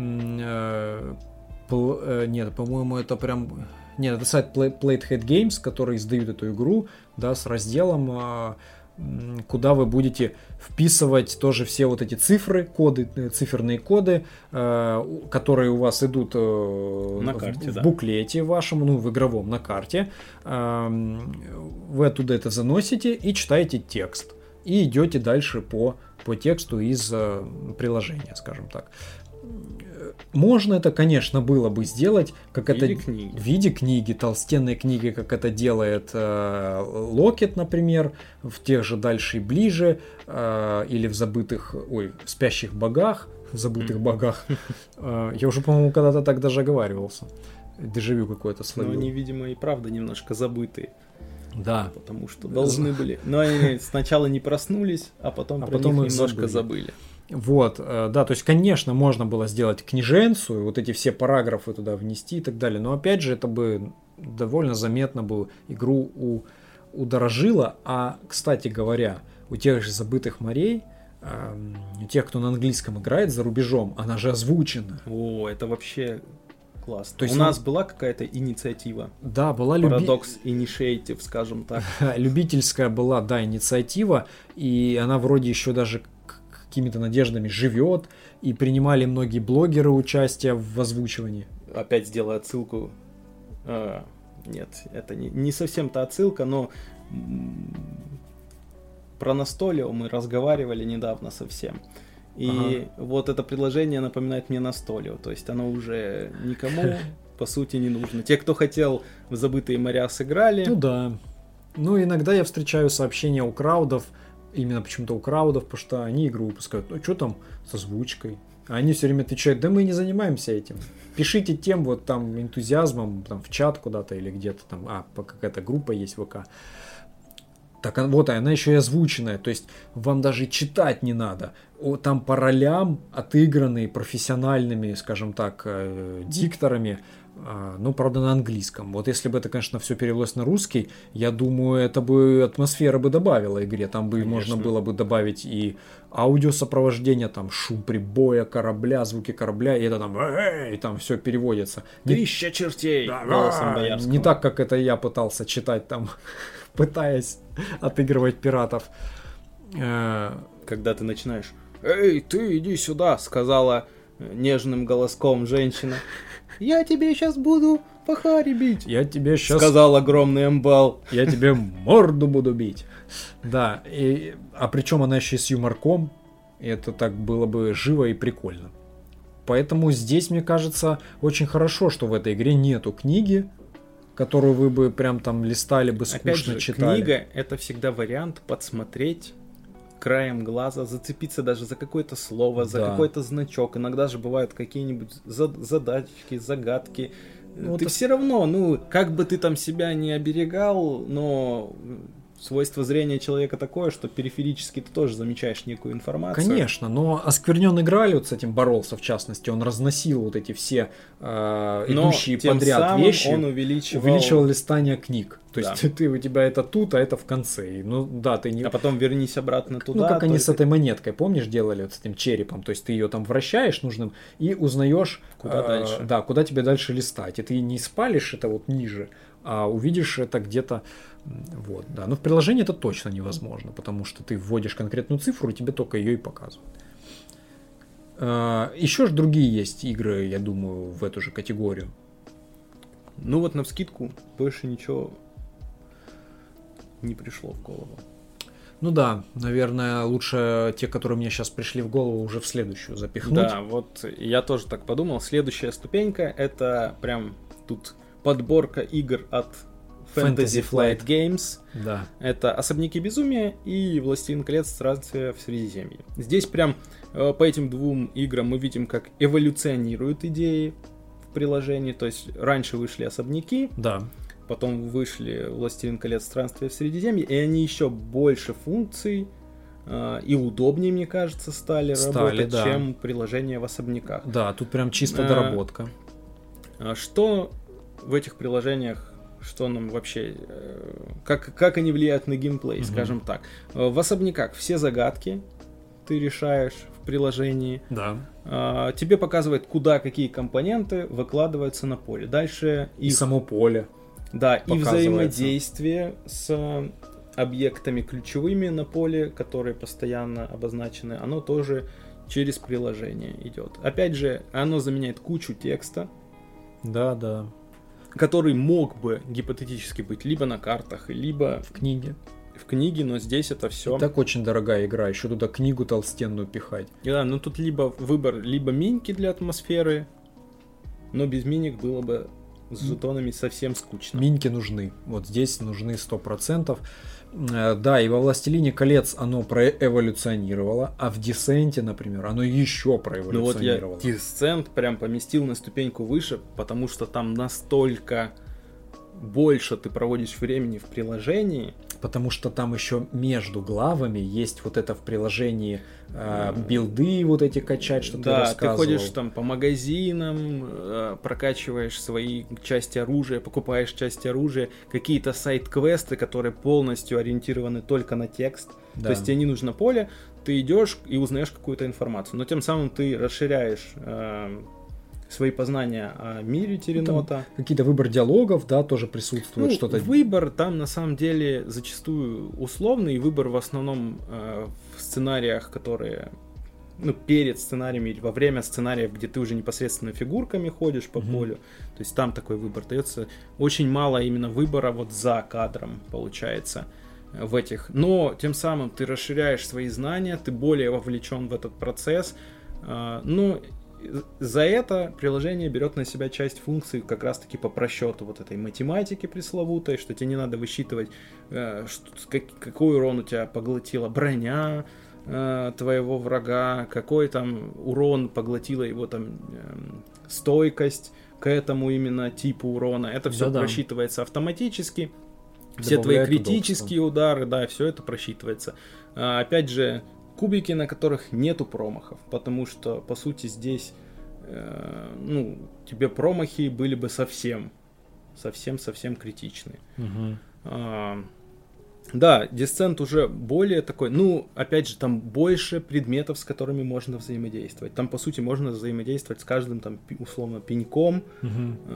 э, Нет, по-моему, это прям... Нет, это сайт Playhead Games, который издают эту игру, да, с разделом. куда вы будете вписывать тоже все вот эти цифры, коды, циферные коды, которые у вас идут на карте, в, да. в буклете вашем, ну, в игровом, на карте. Вы оттуда это заносите и читаете текст. И идете дальше по, по тексту из приложения, скажем так. Можно это, конечно, было бы сделать, как в это книги. в виде книги, толстенной книги, как это делает э, Локет, например, в тех же «Дальше и ближе», э, или в забытых, ой, в «Спящих богах», в забытых богах. Э, я уже, по-моему, когда-то так даже оговаривался. Дежавю какое-то словил. Но они, видимо, и правда немножко забытые. Да. Потому что должны были. Но они сначала не проснулись, а потом а про потом них немножко забыли. забыли. Вот, да, то есть, конечно, можно было сделать книженцию, вот эти все параграфы туда внести и так далее, но опять же, это бы довольно заметно бы игру у, удорожило. А, кстати говоря, у тех же «Забытых морей», у тех, кто на английском играет за рубежом, она же озвучена. О, это вообще классно. То есть у нас он... была какая-то инициатива? Да, была люби... Paradox Initiative, скажем так. Любительская была, да, инициатива, и она вроде еще даже какими-то надеждами живет, и принимали многие блогеры участие в озвучивании. Опять сделаю отсылку. А, нет, это не, не совсем та отсылка, но про Настолио мы разговаривали недавно совсем. И ага. вот это предложение напоминает мне Настолио, то есть оно уже никому по сути не нужно. Те, кто хотел в «Забытые моря», сыграли. Ну да. Ну иногда я встречаю сообщения у краудов, именно почему-то у краудов, потому что они игру выпускают. Ну, что там с озвучкой? А они все время отвечают, да мы не занимаемся этим. Пишите тем вот там энтузиазмом там, в чат куда-то или где-то там. А, какая-то группа есть в ВК. Так вот, она еще и озвученная. То есть вам даже читать не надо. Там по ролям отыгранные профессиональными, скажем так, дикторами. Ну, правда, на английском. Вот если бы это, конечно, все перевелось на русский, я думаю, это бы атмосфера бы добавила игре. Там бы конечно. Можно было бы добавить и аудиосопровождение, там шум прибоя корабля, звуки корабля, и это там, и там все переводится. Тысяча чертей! Да, да, не так, как это я пытался читать там, пытаясь отыгрывать пиратов. Когда ты начинаешь, эй, ты иди сюда, сказала нежным голоском женщина. Я тебе сейчас буду по харе бить. Я тебе сейчас... Сказал огромный амбал. Я тебе морду буду бить. Да, и... а причем она еще и с юморком. И это так было бы живо и прикольно. Поэтому здесь, мне кажется, очень хорошо, что в этой игре нету книги, которую вы бы прям там листали бы, скучно Опять же, читали. Книга — это всегда вариант подсмотреть краем глаза, зацепиться даже за какое-то слово, за да. какой-то значок. Иногда же бывают какие-нибудь задачки, загадки. Ну, ты это... все равно, ну, как бы ты там себя не оберегал, но свойство зрения человека такое, что периферически ты тоже замечаешь некую информацию. Конечно, но оскверненный Грааль вот с этим боролся, в частности. Он разносил вот эти все э, идущие но тем подряд самым вещи. Он увеличивал... увеличивал листание книг. То да. есть ты, ты, у тебя это тут, а это в конце. И, ну, да, ты не... А потом вернись обратно туда. Ну, как они только... с этой монеткой, помнишь, делали вот с этим черепом. То есть ты ее там вращаешь нужным и узнаешь, куда э, дальше. Да, куда тебе дальше листать. И ты не спалишь это вот ниже, а увидишь это где-то. Вот, да. Но в приложении это точно невозможно, потому что ты вводишь конкретную цифру, и тебе только ее и показывают. Еще же другие есть игры, я думаю, в эту же категорию. Ну вот навскидку больше ничего не пришло в голову. Ну да, наверное, лучше те, которые мне сейчас пришли в голову, уже в следующую запихнуть. Да, вот я тоже так подумал. Следующая ступенька — это прям тут подборка игр от Fantasy Flight Games. Да. Это «Особняки безумия» и «Властелин колец. Странствия в Средиземье». Здесь прям э, по этим двум играм мы видим, как эволюционируют идеи в приложении. То есть раньше вышли «Особняки», да. потом вышли «Властелин колец. Странствия в Средиземье», и они еще больше функций э, и удобнее, мне кажется, стали, стали работать, да. чем приложения в «Особняках». Да, тут прям чисто а, доработка. А что в этих приложениях, что нам вообще, как, как они влияют на геймплей, mm-hmm. скажем так. В «Особняках» все загадки ты решаешь в приложении. Да. А, тебе показывает, куда какие компоненты выкладываются на поле. Дальше и их... само поле. Да, и взаимодействие с объектами ключевыми на поле, которые постоянно обозначены, оно тоже через приложение идет. Опять же, оно заменяет кучу текста. Да, да. Который мог бы гипотетически быть либо на картах, либо в книге. В книге, но здесь это все. И так очень дорогая игра, еще туда книгу толстенную пихать. Да, ну тут либо выбор, либо миньки для атмосферы, но без миник было бы с жетонами совсем скучно. Миньки нужны. Вот здесь нужны сто процентов. Да, и во «Властелине колец» оно проэволюционировало, а в «Десенте», например, оно еще проэволюционировало. Ну вот я «Десент» прям поместил на ступеньку выше, потому что там настолько больше ты проводишь времени в приложении. Потому что там еще между главами есть вот это в приложении э, билды вот эти качать, что да, ты рассказывал. Да, ты ходишь там по магазинам, э, прокачиваешь свои части оружия, покупаешь части оружия, какие-то сайт-квесты, которые полностью ориентированы только на текст. Да. То есть тебе не нужно поле, ты идешь и узнаешь какую-то информацию, но тем самым ты расширяешь э, свои познания о мире Теренота. Ну, какие-то выбор диалогов, да, тоже присутствует. Ну, что-то. Выбор там на самом деле зачастую условный, выбор в основном э, в сценариях, которые, ну, перед сценариями или во время сценариев, где ты уже непосредственно фигурками ходишь по mm-hmm. полю, то есть там такой выбор дается. Очень мало именно выбора вот за кадром получается в этих. Но тем самым ты расширяешь свои знания, ты более вовлечен в этот процесс. Э, ну, за это приложение берет на себя часть функций как раз-таки по просчету вот этой математики пресловутой, что тебе не надо высчитывать, э, что, как, какой урон у тебя поглотила броня э, твоего врага, какой там урон поглотила его там э, стойкость к этому именно типу урона. Это все Да-да. просчитывается автоматически. Все Добавляет твои критические удобства. удары, да, все это просчитывается. А, опять же, кубики, на которых нету промахов, потому что, по сути, здесь, э, ну, тебе промахи были бы совсем, совсем-совсем критичны. Угу. А, да, Descent уже более такой, ну, опять же, там больше предметов, с которыми можно взаимодействовать. Там, по сути, можно взаимодействовать с каждым, там, условно, пеньком, угу.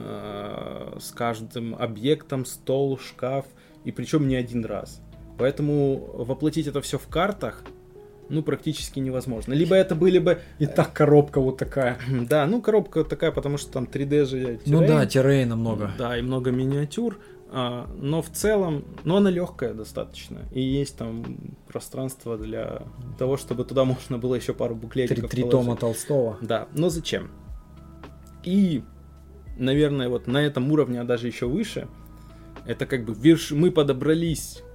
э, с каждым объектом, стол, шкаф, и причем не один раз. Поэтому воплотить это все в картах, ну, практически невозможно. Либо это были бы... И так коробка вот такая. Да, ну, коробка такая, потому что там три дэ же террейн. Ну да, террейна много. Да, и много миниатюр. А, но в целом, ну, она легкая достаточно. И есть там пространство для того, чтобы туда можно было еще пару буклетиков Три, три тома Толстого. Да, но зачем? И, наверное, вот на этом уровне, а даже еще выше, это как бы верш... мы подобрались...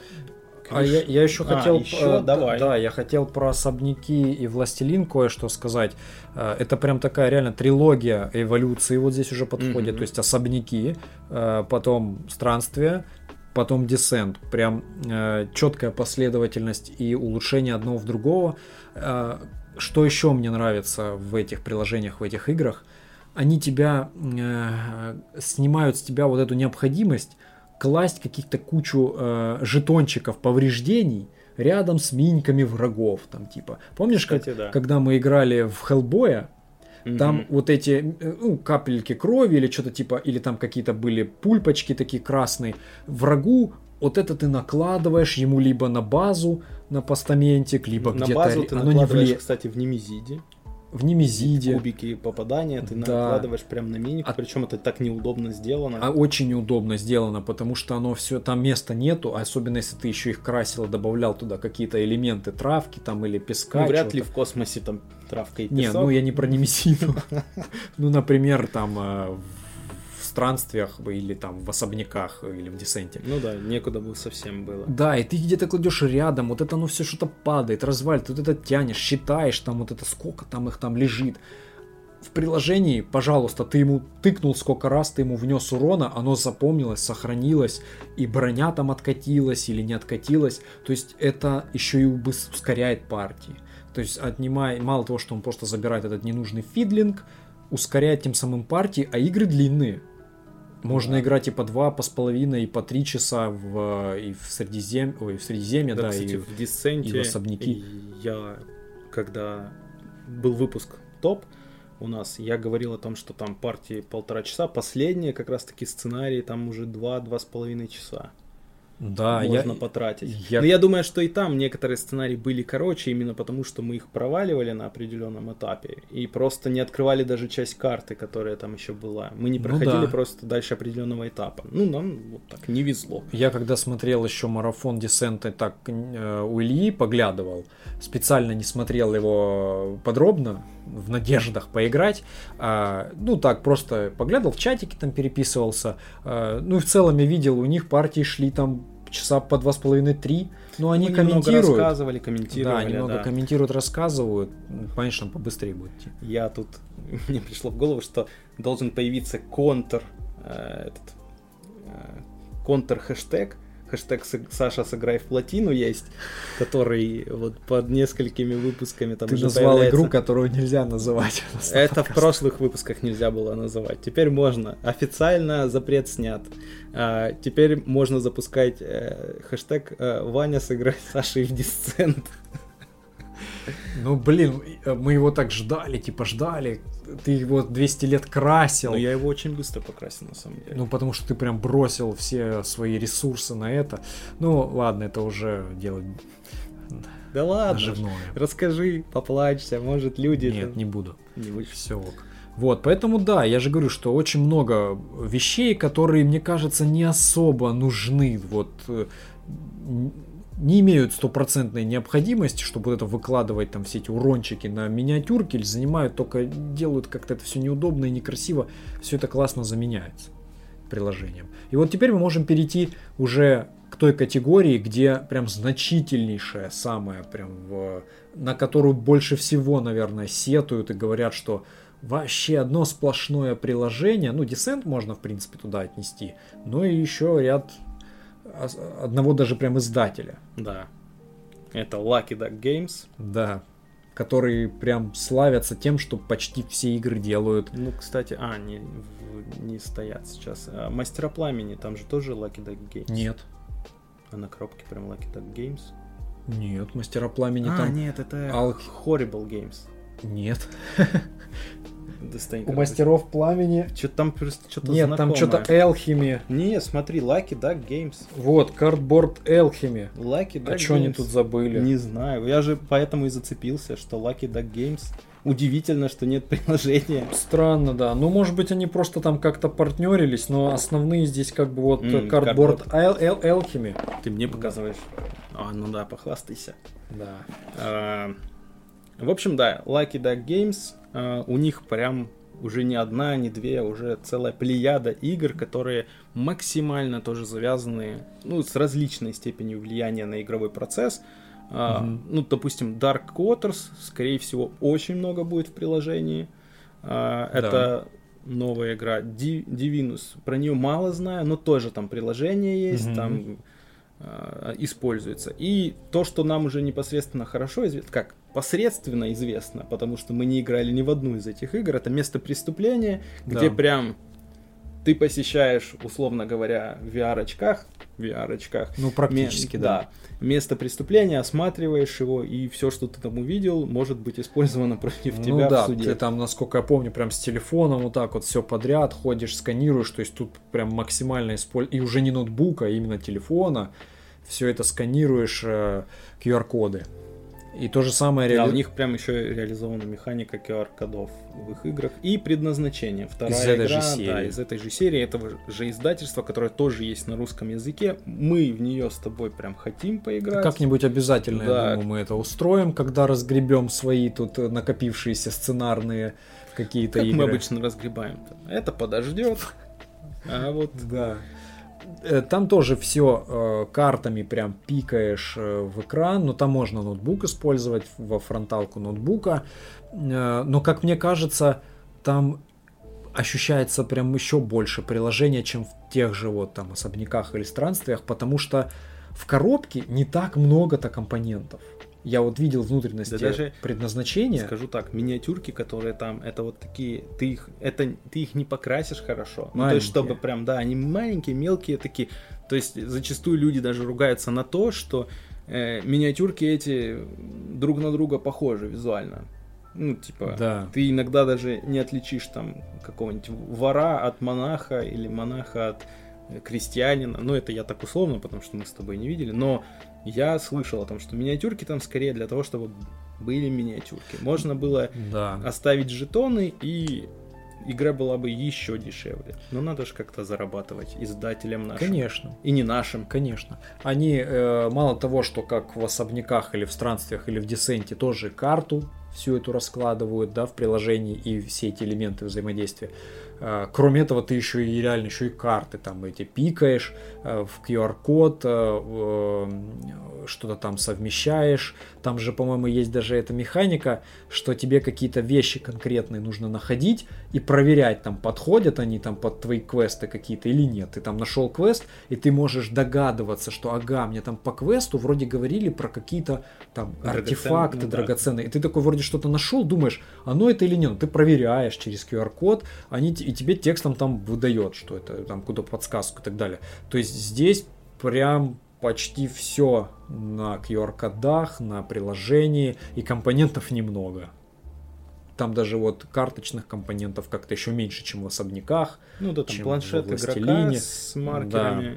А я, я еще а, хотел, еще? э, Давай. да, я хотел про особняки и Властелин кое-что сказать. Э, это прям такая реально трилогия эволюции вот здесь уже подходит. Mm-hmm. То есть особняки, э, потом странствия, потом десент. Прям э, четкая последовательность и улучшение одного в другого. Э, что еще мне нравится в этих приложениях, в этих играх? Они тебя э, снимают с тебя вот эту необходимость класть каких-то кучу э, жетончиков повреждений рядом с миньками врагов. Там, типа. Помнишь, Кстати, как, да. когда мы играли в Хеллбоя, mm-hmm. там вот эти ну, капельки крови или что-то типа, или там какие-то были пульпочки такие красные. Врагу вот это ты накладываешь ему либо на базу, на постаментик, либо на где-то... базу ты оно накладываешь, не вле... кстати, в Немезиде. В Немезиде. Кубики попадания ты да. накладываешь прямо на миник, а... причем это так неудобно сделано. А очень неудобно сделано, потому что оно все, там места нету, особенно если ты еще их красил, добавлял туда какие-то элементы травки там или песка. Ну, вряд ли в космосе там травка и песок. Не, ну я не про Немезиду. Ну, например, там в странствиях или там в особняках или в десенте. Ну да, некуда бы совсем было. Да, и ты где-то кладешь рядом, вот это оно все что-то падает, развалит, вот это тянешь, считаешь там вот это сколько там их там лежит. В приложении, пожалуйста, ты ему тыкнул сколько раз, ты ему внес урона, оно запомнилось, сохранилось, и броня там откатилась или не откатилась. То есть это еще и ускоряет партии. То есть отнимая, мало того, что он просто забирает этот ненужный фидлинг, ускоряет тем самым партии, а игры длинные. Можно да. играть и по два, по с половиной, и по три часа в, и в Средизем... Ой, в Средиземье, да, да кстати, и в Десенте, и в особняки. Я, когда был выпуск топ у нас, я говорил о том, что там партии полтора часа, последние как раз-таки сценарии там уже два-два с половиной часа. да, можно я, потратить. Я... Но я думаю, что и там некоторые сценарии были короче, именно потому, что мы их проваливали на определенном этапе и просто не открывали даже часть карты, которая там еще была. Мы не проходили ну, да. просто дальше определенного этапа. Ну, нам вот так не везло. Я когда смотрел еще марафон Десента, так у Ильи поглядывал, специально не смотрел его подробно, в надеждах поиграть. А, ну, так, просто поглядывал, в чатике там переписывался. А, ну, и в целом я видел, у них партии шли там часа по два с половиной-три. Но они ну, комментируют. Немного рассказывали, комментировали. Да, немного да. комментируют, рассказывают. Конечно, побыстрее будет идти. Я тут, мне пришло в голову, что должен появиться контр, э, этот, э, контр хэштег, хэштег Саша сыграй в плотину есть, который вот под несколькими выпусками там Ты уже назвал появляется... игру, которую нельзя называть. Это в прошлых выпусках нельзя было называть. Теперь можно. Официально запрет снят. А, теперь можно запускать э, хэштег э, Ваня сыграй с Сашей в Descent. Ну, блин, мы его так ждали, типа ждали. Ты его двести лет красил. Но я его очень быстро покрасил, на самом деле. Ну, потому что ты прям бросил все свои ресурсы на это. Ну, ладно, это уже дело Да ладно, наживное. Расскажи, поплачься, может люди... Нет, это... не буду. Не будешь. Все ок. Вот, поэтому да, я же говорю, что очень много вещей, которые, мне кажется, не особо нужны. Вот... не имеют стопроцентной необходимости, чтобы вот это выкладывать там все эти урончики на миниатюрки, или занимают только, делают как-то это все неудобно и некрасиво, все это классно заменяется приложением. И вот теперь мы можем перейти уже к той категории, где прям значительнейшая, самая прям, в, на которую больше всего, наверное, сетуют и говорят, что вообще одно сплошное приложение, ну, Descent можно, в принципе, туда отнести, но и еще ряд одного даже прям издателя. Да. Это Lucky Duck Games. Да. Которые прям славятся тем, что почти все игры делают. Ну, кстати, а, не, не стоят сейчас. А Мастера Пламени, там же тоже Lucky Duck Games. Нет. А на коробке прям Lucky Duck Games? Нет, Мастера Пламени а, там... А, нет, это Al... Horrible Games. Нет. Достань, у Мастеров Пламени... Что-то там что-то Нет, знакомое. там что-то Alchemy. Не, смотри, Lucky Duck Games. Вот, Cardboard Alchemy. Lucky Duck А что они тут забыли? Не знаю, я же поэтому и зацепился, что Lucky Duck Games... Удивительно, что нет приложения. Странно, да. Ну, может быть, они просто там как-то партнерились, но основные здесь как бы вот mm, Cardboard Alchemy. Ты мне показываешь? А, ну да, похвастайся. Да. А, в общем, да, Lucky Duck Games, а, у них прям уже не одна, не две, а уже целая плеяда игр, которые максимально тоже завязаны, ну, с различной степенью влияния на игровой процесс. Uh, mm-hmm. Ну, допустим, Dark Waters, скорее всего, очень много будет в приложении. Uh, это да. новая игра Di- Divinus. Про нее мало знаю, но тоже там приложение есть, mm-hmm. там uh, используется. И то, что нам уже непосредственно хорошо известно, как посредственно известно, потому что мы не играли ни в одну из этих игр, это место преступления, где да. прям ты посещаешь, условно говоря, в ви ар-очках, ви ар-очках. Ну, практически, ме- да. да. Место преступления, осматриваешь его, и все, что ты там увидел, может быть использовано против ну, тебя да, в суде. Ты там, насколько я помню, прям с телефоном вот так вот все подряд ходишь, сканируешь, то есть тут прям максимально используешь, и уже не ноутбука, а именно телефона, все это сканируешь, э, ку ар-коды. И то же самое... Реали... Да, у них прям еще реализована механика ку ар-кодов в их играх. И предназначение. Вторая из игра, этой же серии. Да, из этой же серии, этого же издательства, которое тоже есть на русском языке. Мы в нее с тобой прям хотим поиграть. Как-нибудь обязательно, да. я думаю, мы это устроим, когда разгребем свои тут накопившиеся сценарные какие-то как игры. мы обычно разгребаем-то? Это подождет. А вот... Да. Там тоже все э, картами прям пикаешь э, в экран, но там можно ноутбук использовать, во фронталку ноутбука, э, но, как мне кажется, там ощущается прям еще больше приложения, чем в тех же вот там особняках или странствиях, потому что в коробке не так много-то компонентов. Я вот видел внутренности да даже предназначения. Скажу так, миниатюрки, которые там, это вот такие, ты их, это, ты их не покрасишь хорошо. Ну, то есть, чтобы прям, да, они маленькие, мелкие такие. То есть, зачастую люди даже ругаются на то, что э, миниатюрки эти друг на друга похожи визуально. Ну, типа, да. Ты иногда даже не отличишь там какого-нибудь вора от монаха или монаха от крестьянина. Ну, это я так условно, потому что мы с тобой не видели. Но я слышал о том, что миниатюрки там скорее для того, чтобы были миниатюрки. Можно было да. оставить жетоны, и игра была бы еще дешевле. Но надо же как-то зарабатывать издателям нашим. Конечно. И не нашим. Конечно. Они э, мало того, что как в особняках или в странствиях или в десенте тоже карту всю эту раскладывают, да, в приложении и все эти элементы взаимодействия. Э, кроме этого, ты еще и реально еще и карты там эти пикаешь, э, в ку ар-код, э, э, что-то там совмещаешь. Там же, по-моему, есть даже эта механика, что тебе какие-то вещи конкретные нужно находить и проверять, там, подходят они там под твои квесты какие-то или нет. Ты там нашел квест, и ты можешь догадываться, что ага, мне там по квесту вроде говорили про какие-то там артефакты ну, да. драгоценные. И ты такой вроде что-то нашел, думаешь, оно это или нет. Ты проверяешь через ку ар-код, они, и тебе текстом там выдает, что это, там, куда подсказку и так далее. То есть здесь прям почти все на ку ар-кодах, на приложении, и компонентов немного. Там даже вот карточных компонентов как-то еще меньше, чем в особняках. Ну да, там планшет игрока с маркерами.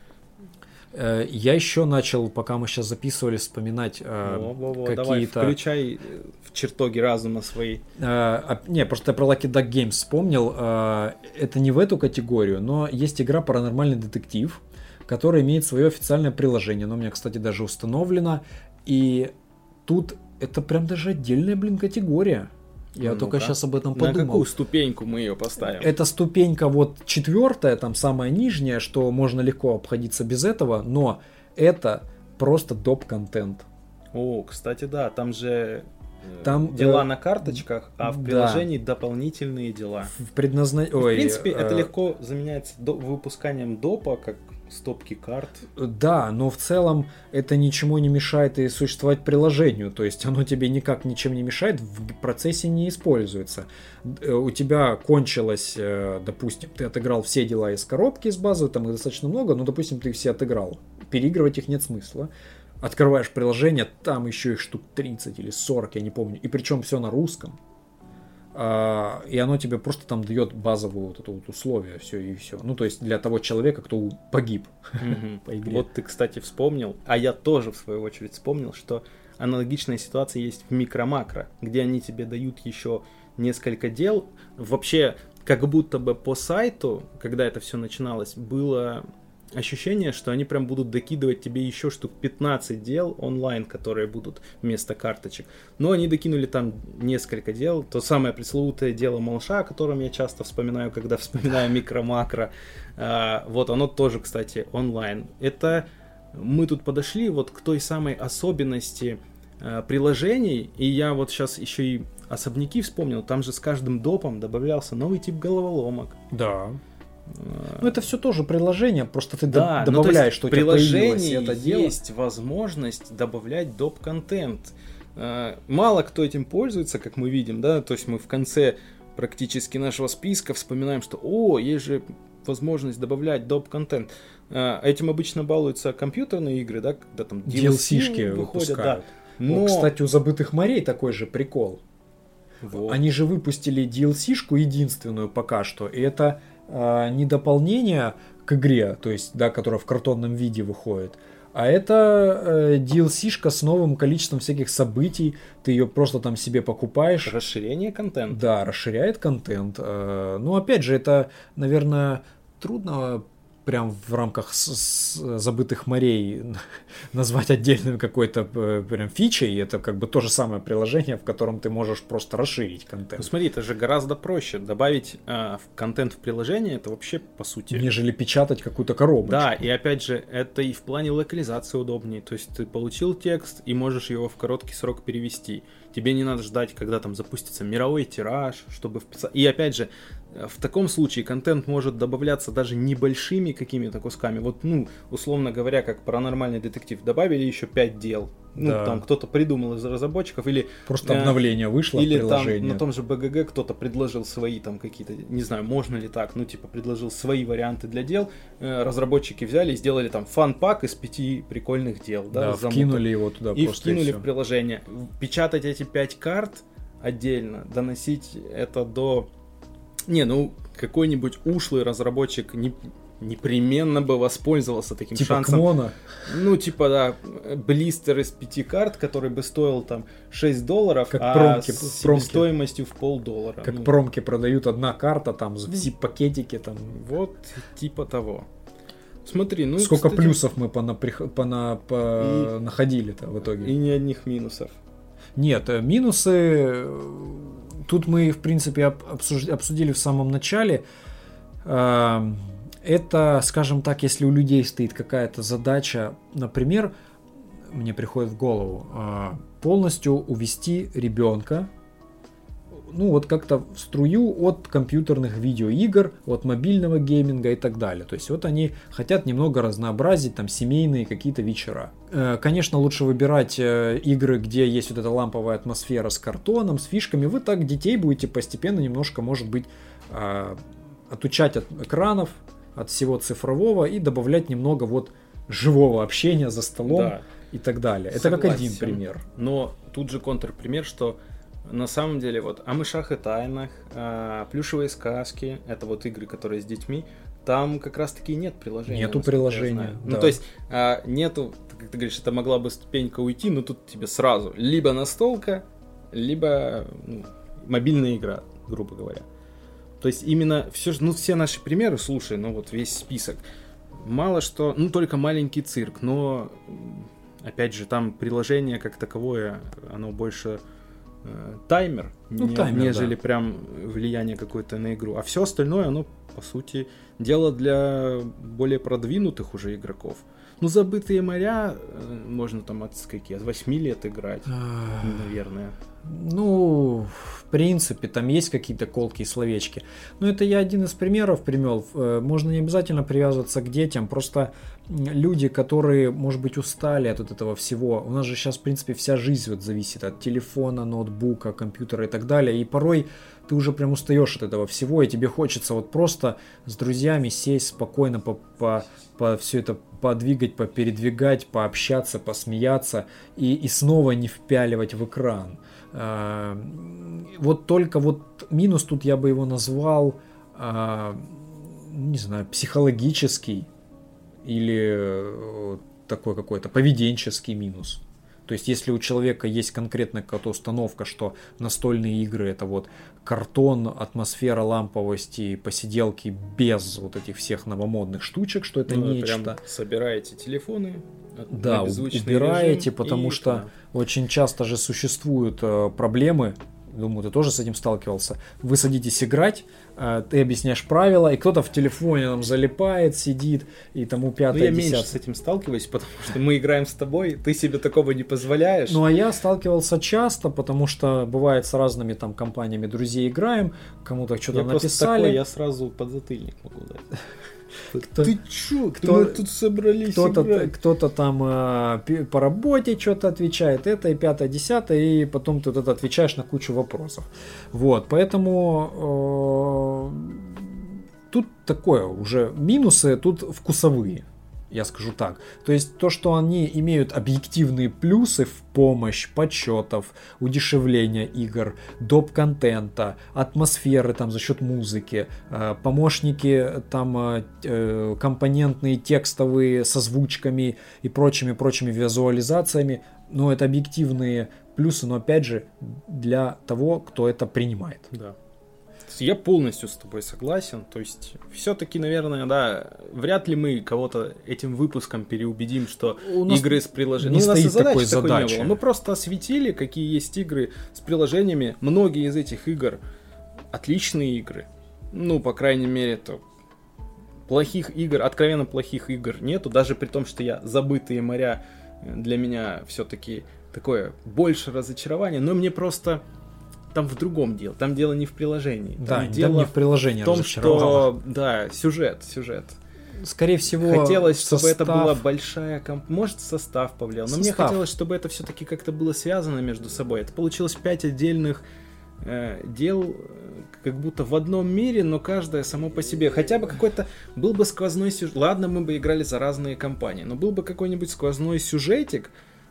Да. Я еще начал, пока мы сейчас записывали, вспоминать во, во, во, какие-то... Давай, включай в чертоги разума свои. А, не, просто я про Lucky Duck Games вспомнил. Это не в эту категорию, но есть игра «Паранормальный детектив», которая имеет свое официальное приложение. Оно у меня, кстати, даже установлено. И тут это прям даже отдельная, блин, категория. Я ну только сейчас об этом подумал. На какую ступеньку мы ее поставим? Это ступенька вот четвертая, там самая нижняя, что можно легко обходиться без этого, но это просто доп-контент. О, кстати, да, там же там дела э... на карточках, а в приложении да. дополнительные дела. В, предназна... В Ой, принципе, э... это легко заменяется до... выпусканием допа, как стопки карт. Да, но в целом это ничему не мешает и существовать приложению, то есть оно тебе никак ничем не мешает, в процессе не используется. У тебя кончилось, допустим, ты отыграл все дела из коробки, из базы, там их достаточно много, но, допустим, ты их все отыграл. Переигрывать их нет смысла. Открываешь приложение, там еще их штук тридцать или сорок, я не помню, и причем все на русском. И оно тебе просто там дает базовое вот это вот условие, все и все. Ну, то есть для того человека, кто погиб mm-hmm. по игре. Вот ты, кстати, вспомнил, а я тоже, в свою очередь, вспомнил, что аналогичная ситуация есть в микро-макро, где они тебе дают еще несколько дел. Вообще, как будто бы по сайту, когда это все начиналось, было ощущение, что они прям будут докидывать тебе еще штук пятнадцать дел онлайн, которые будут вместо карточек. Но они докинули там несколько дел. То самое пресловутое дело малыша, о котором я часто вспоминаю, когда вспоминаю микро-макро. Вот оно тоже, кстати, онлайн. Это мы тут подошли вот к той самой особенности приложений. И я вот сейчас еще и особняки вспомнил. Там же с каждым допом добавлялся новый тип головоломок. Да. Ну, это все тоже приложение, просто ты да, добавляешь, что у тебя появилось это дело. Есть возможность добавлять доп-контент. Мало кто этим пользуется, как мы видим, да, то есть мы в конце практически нашего списка вспоминаем, что о, есть же возможность добавлять доп-контент. Этим обычно балуются компьютерные игры, да, когда там ди эл си-шки выходят. Да. Но... О, кстати, у «Забытых морей» такой же прикол. Вот. Они же выпустили ди эл си-шку единственную пока что, и это не дополнение к игре, то есть, да, которая в картонном виде выходит, а это э, ди эл си-шка с новым количеством всяких событий, ты ее просто там себе покупаешь. Расширение контента. Да, расширяет контент. Э, ну, опять же, это, наверное, трудно прям в рамках с- с «Забытых морей» назвать отдельным какой-то прям фичей. Это как бы то же самое приложение, в котором ты можешь просто расширить контент. Ну смотри, это же гораздо проще. Добавить э, контент в приложение, это вообще по сути... Нежели печатать какую-то коробочку. Да, и опять же, это и в плане локализации удобнее. То есть ты получил текст и можешь его в короткий срок перевести. Тебе не надо ждать, когда там запустится мировой тираж, чтобы вписать. И опять же, в таком случае контент может добавляться даже небольшими какими-то кусками. Вот, ну, условно говоря, как «Паранормальный детектив», добавили еще пять дел. Ну, да. Там кто-то придумал из разработчиков, или... Просто э, обновление вышло или в приложение. Или там на том же бэ гэ гэ кто-то предложил свои там какие-то, не знаю, можно ли так, ну, типа, предложил свои варианты для дел. Э, разработчики взяли и сделали там фан-пак из пяти прикольных дел. Да, да вкинули его туда и просто вкинули и в приложение. Печатать эти пять карт отдельно, доносить это до... Не, ну, какой-нибудь ушлый разработчик не, непременно бы воспользовался таким типа шансом. Кмона. Ну, типа, да, блистер из пяти карт, который бы стоил там шесть долларов, как а промки, с промки. стоимостью в полдоллара. Как ну, промки продают, одна карта, там, в зип-пакетике, там. Вот, типа того. Смотри, ну... Сколько кстати, плюсов мы пона, пона, по, и, находили-то в итоге. И ни одних минусов. Нет, минусы... Тут мы, в принципе, обсудили в самом начале. Это, скажем так, если у людей стоит какая-то задача, например, мне приходит в голову, полностью увести ребенка, ну вот как-то в струю от компьютерных видеоигр, от мобильного гейминга и так далее. То есть вот они хотят немного разнообразить там семейные какие-то вечера. Конечно, лучше выбирать игры, где есть вот эта ламповая атмосфера с картоном, с фишками. Вы так детей будете постепенно немножко, может быть, отучать от экранов, от всего цифрового и добавлять немного вот живого общения за столом, да, и так далее. Это согласен. Как один пример. Но тут же контрпример, что на самом деле вот о мышах и тайнах, плюшевые сказки, это вот игры, которые с детьми, там как раз таки нет приложения. Нету приложения. Да. Ну то есть нету, как ты говоришь, это могла бы ступенька уйти, но тут тебе сразу либо настолка, либо ну, мобильная игра, грубо говоря. То есть именно все, ну, все наши примеры, слушай, ну вот весь список, мало что, ну только маленький цирк, но опять же там приложение как таковое, оно больше э, таймер, ну, не, таймер, нежели да. Прям влияние какое-то на игру, а все остальное, оно по сути дело для более продвинутых уже игроков. Ну, забытые моря можно там от скольки, от восьми лет играть, наверное. Ну, в принципе, там есть какие-то колки и словечки. Но это я один из примеров привел. Можно не обязательно привязываться к детям. Просто люди, которые, может быть, устали от этого всего. У нас же сейчас, в принципе, вся жизнь вот зависит от телефона, ноутбука, компьютера и так далее. И порой ты уже прям устаешь от этого всего, и тебе хочется вот просто с друзьями сесть спокойно, по, по, по все это подвигать, попередвигать, пообщаться, посмеяться и, и снова не впяливать в экран. А, вот только вот минус тут я бы его назвал, а, не знаю, психологический или такой какой-то поведенческий минус. То есть, если у человека есть конкретная какая-то установка, что настольные игры это вот картон, атмосфера ламповости, посиделки без вот этих всех новомодных штучек, что это ну, нечто. Прям собираете телефоны, да, убираете, режим, потому что да. очень часто же существуют э, проблемы. Думаю, ты тоже с этим сталкивался. Вы садитесь играть, ты объясняешь правила, и кто-то в телефоне там залипает, сидит, и тому пятое, десятое. Ну, я меньше с этим сталкиваюсь, потому что мы играем с тобой, ты себе такого не позволяешь. Ну, а я сталкивался часто, потому что бывает с разными там компаниями друзей играем, кому-то что-то я написали. Такой, я сразу подзатыльник могу дать. Кто, ты чё? Кто, мы тут собрались кто-то, играть. Кто-то там э, по работе что-то отвечает, это и пятое, десятое, и потом ты вот это отвечаешь на кучу вопросов. Вот, поэтому э, тут такое уже минусы, тут вкусовые. Я скажу так. То есть то, что они имеют объективные плюсы в помощь подсчетов, удешевления игр, доп. Контента, атмосферы там за счет музыки, помощники там компонентные, текстовые, с озвучками и прочими-прочими визуализациями. Но это объективные плюсы, но опять же для того, кто это принимает. Да. Я полностью с тобой согласен. То есть, все-таки, наверное, да, вряд ли мы кого-то этим выпуском переубедим, что игры с приложениями. Не ну, у нас стоит задачи такой такой задачи. не было. Мы просто осветили, какие есть игры с приложениями. Многие из этих игр отличные игры. Ну, по крайней мере, то плохих игр, откровенно плохих игр нету. Даже при том, что я забытые моря для меня все-таки такое больше разочарование. Но мне просто... Там в другом дело. Там дело не в приложении. Там да, дело там не в приложении. В том, что да, сюжет, сюжет. Скорее всего, хотелось, состав... чтобы это была большая комп... Может, состав повлиял, но состав. Мне хотелось, чтобы это все-таки как-то было связано между собой. Это получилось пять отдельных э, дел, как будто в одном мире, но каждое само по себе. Хотя бы какой-то был бы сквозной сюжет. Ладно, мы бы играли за разные компании, но был бы какой-нибудь сквозной сюжетик,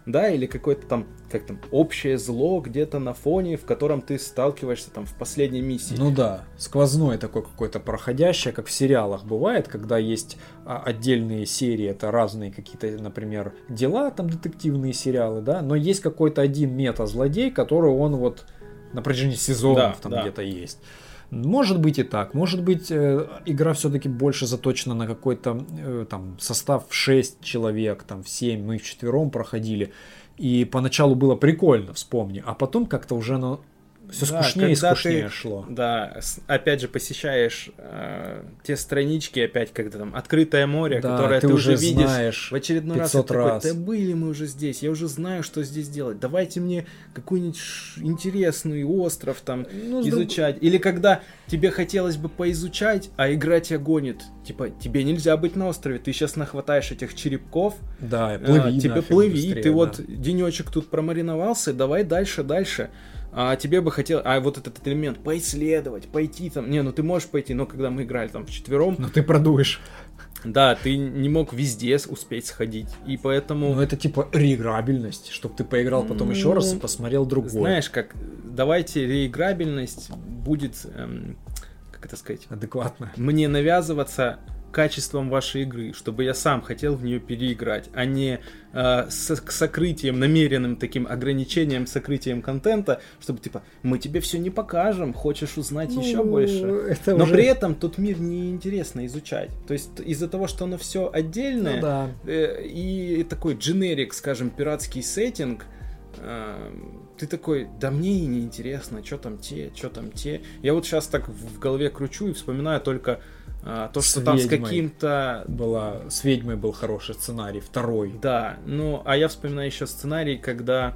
да, или какое-то там, как там, общее зло где-то на фоне, в котором ты сталкиваешься там в последней миссии. Ну да, сквозное такое какое-то проходящее, как в сериалах бывает, когда есть а, отдельные серии, это разные какие-то, например, дела, там детективные сериалы, да, но есть какой-то один мета-злодей, который он вот на протяжении сезонов Да, там да. где-то есть. Может быть и так, может быть э, игра все-таки больше заточена на какой-то э, там состав в шесть человек, там в семь, мы вчетвером проходили, и поначалу было прикольно, вспомни, а потом как-то уже оно все Да, скучнее и когда скучнее ты, шло. Да, с- опять же посещаешь э, те странички, опять когда там открытое море, Да, которое ты ты, уже уже видишь знаешь в очередной раз, и пятьсот такой, раз. да были мы уже здесь, я уже знаю, что здесь делать, давайте мне какой-нибудь ш- интересный остров там Ну, с друг- изучать. Или когда тебе хотелось бы поизучать, а игра тебя гонит, типа, тебе нельзя быть на острове, ты сейчас нахватаешь этих черепков, Да, а, плыви тебе нафиг плыви, быстрее, ты да. вот денечек тут промариновался, давай дальше, дальше. А тебе бы хотелось, а вот этот элемент, поисследовать, пойти там, не, ну ты можешь пойти, но когда мы играли там вчетвером, Но ты продуешь. да, ты не мог везде с- успеть сходить, и поэтому, Ну это типа реиграбельность, чтобы ты поиграл потом еще раз и посмотрел другой. знаешь, как, давайте реиграбельность будет, эм, как это сказать, Адекватно. мне навязываться качеством вашей игры, чтобы я сам хотел в нее переиграть, а не э, с, с сокрытием, намеренным таким ограничением, сокрытием контента, чтобы типа мы тебе все не покажем, хочешь узнать Ну, еще больше. это Но уже- при этом тот мир неинтересно изучать. То есть из-за того, что оно все отдельное Ну да. э, и такой дженерик, скажем, пиратский сеттинг, э, ты такой, да мне и не интересно, что там те, что там те. Я вот сейчас так в в голове кручу и вспоминаю только а, то, С что там с ведьмой. каким-то... Была, с ведьмой был хороший сценарий, второй. Да, ну, а я вспоминаю еще сценарий, когда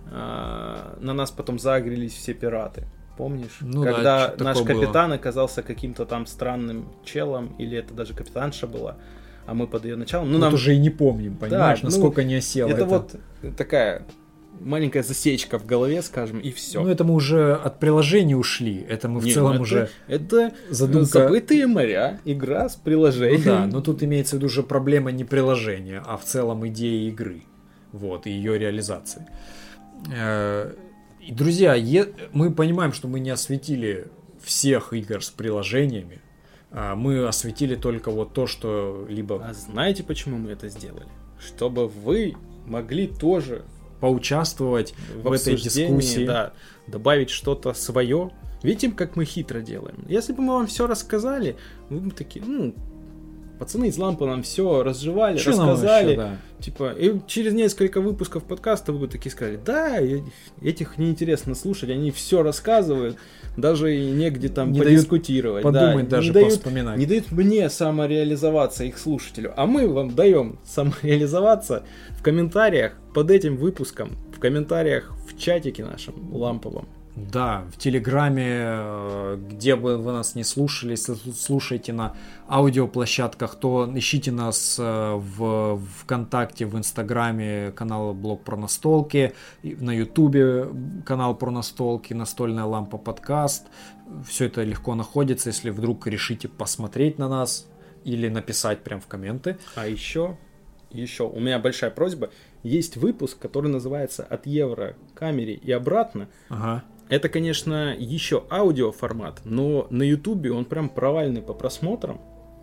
а, на нас потом загрелись все пираты. Помнишь? Ну да, когда что-то наш такое было. капитан оказался каким-то там странным челом, или это даже капитанша была, а мы под ее началом... Ну, Вот нам... уже и не помним, понимаешь, ну, насколько не осело это, вот такая маленькая засечка в голове, скажем, и все. Ну это мы уже от приложений ушли, это мы в Не, целом ну это, уже... это задумка- забытые моря, игра с приложением. Ну да, но тут имеется в виду уже проблема не приложения, а в целом идеи игры. Вот, и ее реализации. Э, И, друзья, е- мы понимаем, что мы не осветили всех игр с приложениями. а Мы осветили только вот то, что либо А знаете, почему мы это сделали? Чтобы вы могли тоже поучаствовать в, в этой обсуждении, дискуссии. да, добавить что-то свое. Видите, как мы хитро делаем? Если бы мы вам все рассказали, вы бы такие, ну, пацаны из лампы нам все разжевали, Чё нам рассказали. еще, да? Типа, и через несколько выпусков подкаста вы бы такие сказали, да, и- этих неинтересно слушать, они все рассказывают, даже и негде там Не дают подискутировать. подумать, да, даже не дают, повспоминать. не дают мне самореализоваться, их слушателю, а мы вам даем самореализоваться в комментариях под этим выпуском, в комментариях в чатике нашем ламповом. Да, в Телеграме, э, где бы вы нас не слушали, если слушаете на аудиоплощадках, то ищите нас э, в ВКонтакте, в Инстаграме, канал Блог про настолки, и на Ютубе канал про настолки, Настольная лампа подкаст. Все это легко находится, если вдруг решите посмотреть на нас или написать прям в комменты. А еще, еще, у меня большая просьба, есть выпуск, который называется «От евро к камере и обратно». Ага. Это, конечно, еще аудиоформат, но на Ютубе он прям провальный по просмотрам.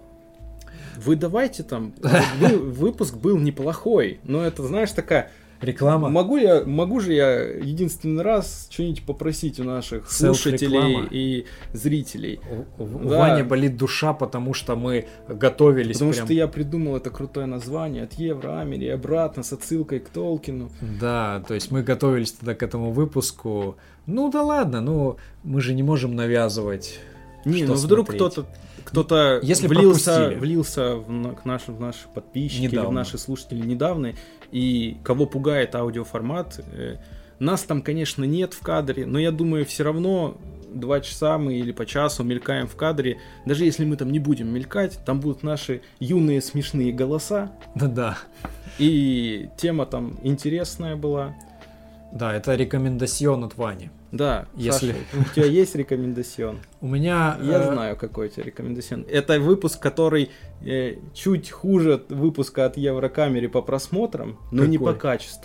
Вы давайте там, вы- выпуск был неплохой, но это, знаешь, такая... Реклама. Могу я, могу же я единственный раз что-нибудь попросить у наших слушателей Селф-реклама. и зрителей? У, у Да. Вани болит душа, потому что мы готовились Потому прям... что я придумал это крутое название «От евро, Амери» и обратно с отсылкой к Толкину. Да, то есть мы готовились тогда к этому выпуску. Ну да ладно, ну мы же не можем навязывать. Не, что ну вдруг смотреть. кто-то кто-то Если влился, пропустили. влился в, на- к нашим, в наши подписчики или в Недавно. наши слушатели недавно, и кого пугает аудиоформат. э, Нас там, конечно, нет в кадре, но я думаю, все равно два часа мы или по часу мелькаем в кадре. Даже если мы там не будем мелькать, там будут наши юные смешные голоса, Да-да. и тема там интересная была. Да, это рекомендацион от Вани. Да, Если- Саша, у тебя есть рекомендацион? У меня... Я э, знаю, какой у тебя рекомендацион. Это выпуск, который э, чуть хуже выпуска от Еврокамеры по просмотрам, но не по Какой? качеству.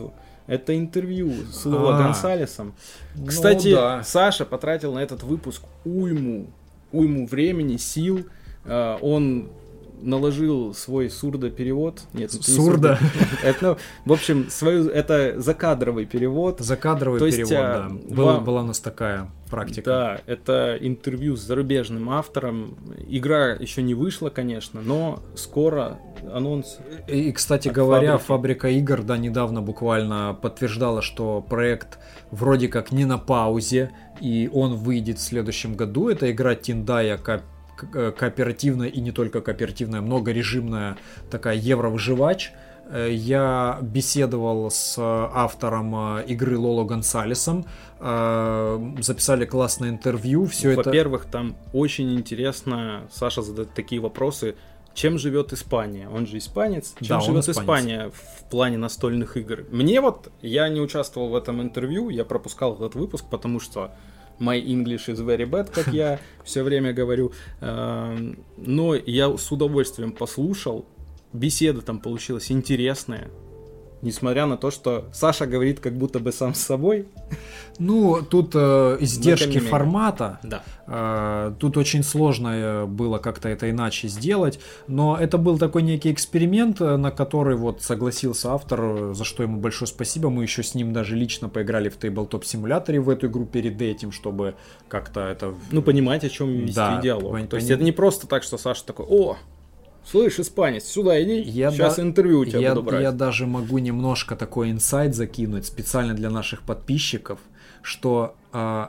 Это интервью с Лоло А. Гонсалесом. Ну Кстати, да. Саша потратил на этот выпуск уйму, уйму времени, сил. Э, Он наложил свой сурдоперевод. Нет, это не Сурдо. сурдо. Это, ну, в общем, свою, это закадровый перевод. Закадровый То есть, перевод, а, да. Была, вам- была у нас такая практика. Да, это интервью с зарубежным автором. Игра еще не вышла, конечно, но скоро анонс. И, и, кстати От говоря, фабрики. фабрика игр, да, недавно буквально подтверждала, что проект вроде как не на паузе, и он выйдет в следующем году. Это игра Тиндая, ко- ко- кооперативная и не только кооперативная, многорежимная такая евровыживач. Э, Я беседовал с автором э, игры Лоло Гонсалесом, э, записали классное интервью, все это... Во-первых, там очень интересно, Саша задает такие вопросы. Чем живет Испания? Он же испанец. Чем Да, он живет испанец. Испания в плане настольных игр? Мне вот, я не участвовал в этом интервью, я пропускал этот выпуск, потому что my English is very bad, как я все время говорю. Эм, Но я с удовольствием послушал. Беседа там получилась интересная. Несмотря на то, что Саша говорит как будто бы сам с собой. Ну, тут э, тем издержки не менее. формата. Да. Э, Тут очень сложно э, было как-то это иначе сделать, но это был такой некий эксперимент, э, на который вот согласился автор, э, за что ему большое спасибо. Мы еще с ним даже лично поиграли в Tabletop симуляторе в эту игру перед этим, чтобы как-то это... Ну, понимать, о чем вести Да, диалог. пон- То есть пони- это не просто так, что Саша такой: о, слышь, испанец, сюда иди, Я сейчас да- интервью у тебя я, буду брать. я даже могу немножко такой инсайт закинуть специально для наших подписчиков, что э,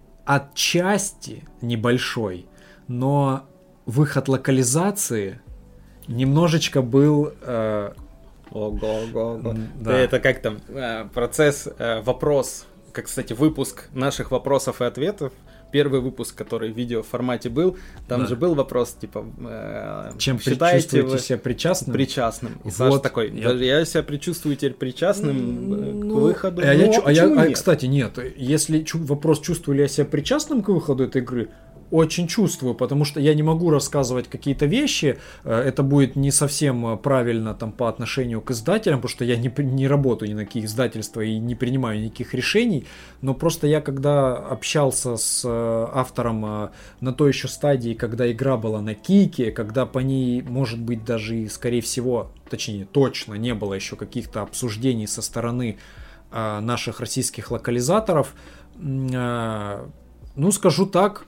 отчасти небольшой, но выход локализации немножечко был... э, Ого-го-го. М, Да. да. Это как там, э, процесс, э, вопрос, как, кстати, выпуск наших вопросов и ответов. Первый выпуск, который в видеоформате был, там Да. же был вопрос, типа, э, чем считаете чувствуете вы себя причастным? причастным? И Вот, Саша такой: я- даже я себя предчувствую теперь причастным э, к Ну, выходу. А я, Ну, чу- а я- почему а, нет? кстати, нет. Если чу- вопрос, чувствую ли я себя причастным к выходу этой игры, очень чувствую, потому что я не могу рассказывать какие-то вещи. э, Это будет не совсем э, правильно там по отношению к издателям, потому что я не, при- не работаю ни на какие издательства и не принимаю никаких решений. Но просто я когда общался с э, автором э, на той еще стадии, когда игра была на Кике, когда по ней, может быть, даже и, скорее всего, точнее, точно не было еще каких-то обсуждений со стороны э, наших российских локализаторов, м, э, ну, скажу так,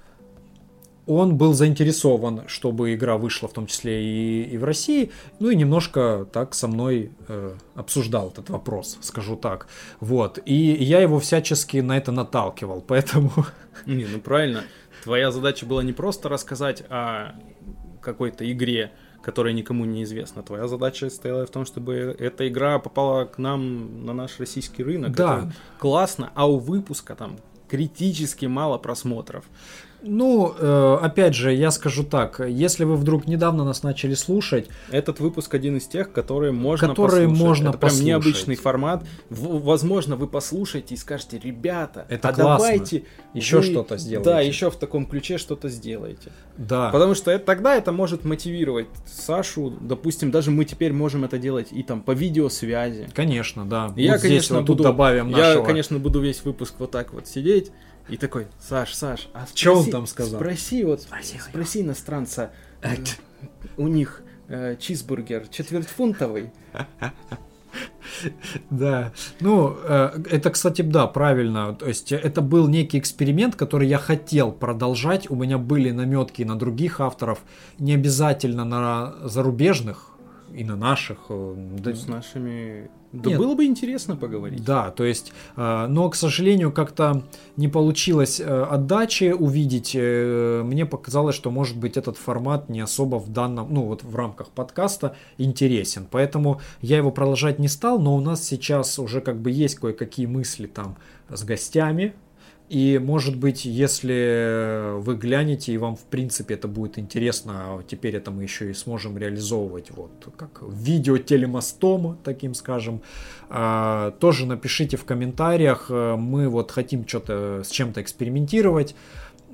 он был заинтересован, чтобы игра вышла в том числе и, и в России, ну и немножко так со мной э, обсуждал этот вопрос, скажу так. Вот. И я его всячески на это наталкивал, поэтому... Не, ну правильно. Твоя задача была не просто рассказать о какой-то игре, которая никому не известна. Твоя задача стояла в том, чтобы эта игра попала к нам на наш российский рынок. Да. Это классно, а у выпуска там критически мало просмотров. Ну, э, опять же, я скажу так, если вы вдруг недавно нас начали слушать, Этот выпуск один из тех, которые можно Которые послушать. можно Это прям послушать. необычный формат. В- возможно, вы послушаете и скажете: ребята, Это а классно. давайте Еще вы- что-то сделайте. Да, еще в таком ключе что-то сделаете. да, Потому что это, тогда это может мотивировать Сашу. Допустим, даже мы теперь можем это делать и там по видеосвязи. конечно, да. И я, Вот здесь конечно, вот тут буду, добавим я, нашего... конечно, буду весь выпуск вот так вот сидеть и такой: Саш, Саш, а Чё он спроси- там сказал? Спроси вот, Спроси спроси, его. иностранца, э, у них э, чизбургер четвертьфунтовый. Да, ну, э, это, кстати, да, правильно, то есть это был некий эксперимент, который я хотел продолжать, у меня были наметки на других авторов, не обязательно на зарубежных и на наших. э, да, С нашими... Да Нет. было бы интересно поговорить. Да, то есть, э, но, к сожалению, как-то не получилось э, отдачи увидеть. Э, мне показалось, что, может быть, этот формат не особо в данном, ну вот в рамках подкаста интересен. Поэтому я его продолжать не стал, но у нас сейчас уже как бы есть кое-какие мысли там с гостями. И, может быть, если вы глянете, и вам, в принципе, это будет интересно, а теперь это мы еще и сможем реализовывать вот как видео-телемостом, таким скажем, а, тоже напишите в комментариях, мы вот хотим что-то с чем-то экспериментировать,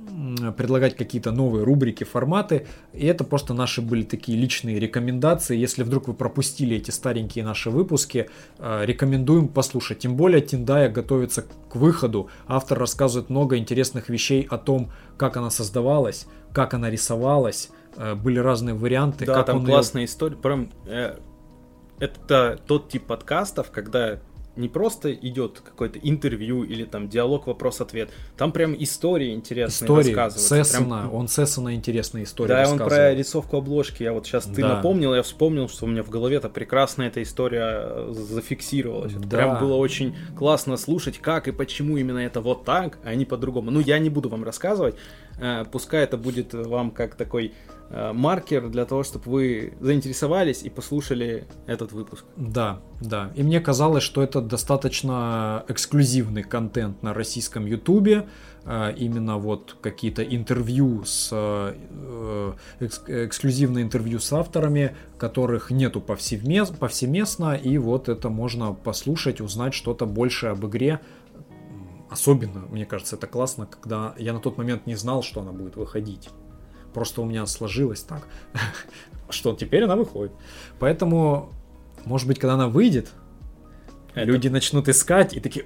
предлагать какие-то новые рубрики, форматы. И это просто наши были такие личные рекомендации. Если вдруг вы пропустили эти старенькие наши выпуски, рекомендуем послушать. Тем более Тиндая готовится к выходу. Автор рассказывает много интересных вещей о том, как она создавалась, как она рисовалась. Были разные варианты. Да, как там он классная ее... история. Прям, э, это тот тип подкастов, когда не просто идет какое-то интервью или там диалог, вопрос-ответ. Там прям истории интересные истории рассказываются. Сессона, прям... он Сессона интересные истории да, рассказывал. Да, он про рисовку обложки. Я вот сейчас ты да. напомнил, я вспомнил, что у меня в голове эта прекрасная эта история зафиксировалась. Это да. прям было очень классно слушать, как и почему именно это вот так, а не по-другому. Ну, я не буду вам рассказывать. Пускай это будет вам как такой маркер для того, чтобы вы заинтересовались и послушали этот выпуск. Да, да. И мне казалось, что это достаточно эксклюзивный контент на российском ютубе. Именно вот какие-то интервью с эксклюзивные интервью с авторами, которых нету повсеместно, повсеместно. И вот это можно послушать, узнать что-то больше об игре. Особенно, мне кажется, это классно, когда я на тот момент не знал, что она будет выходить. Просто у меня сложилось так, что теперь она выходит. Поэтому, может быть, когда она выйдет, это... люди начнут искать и такие: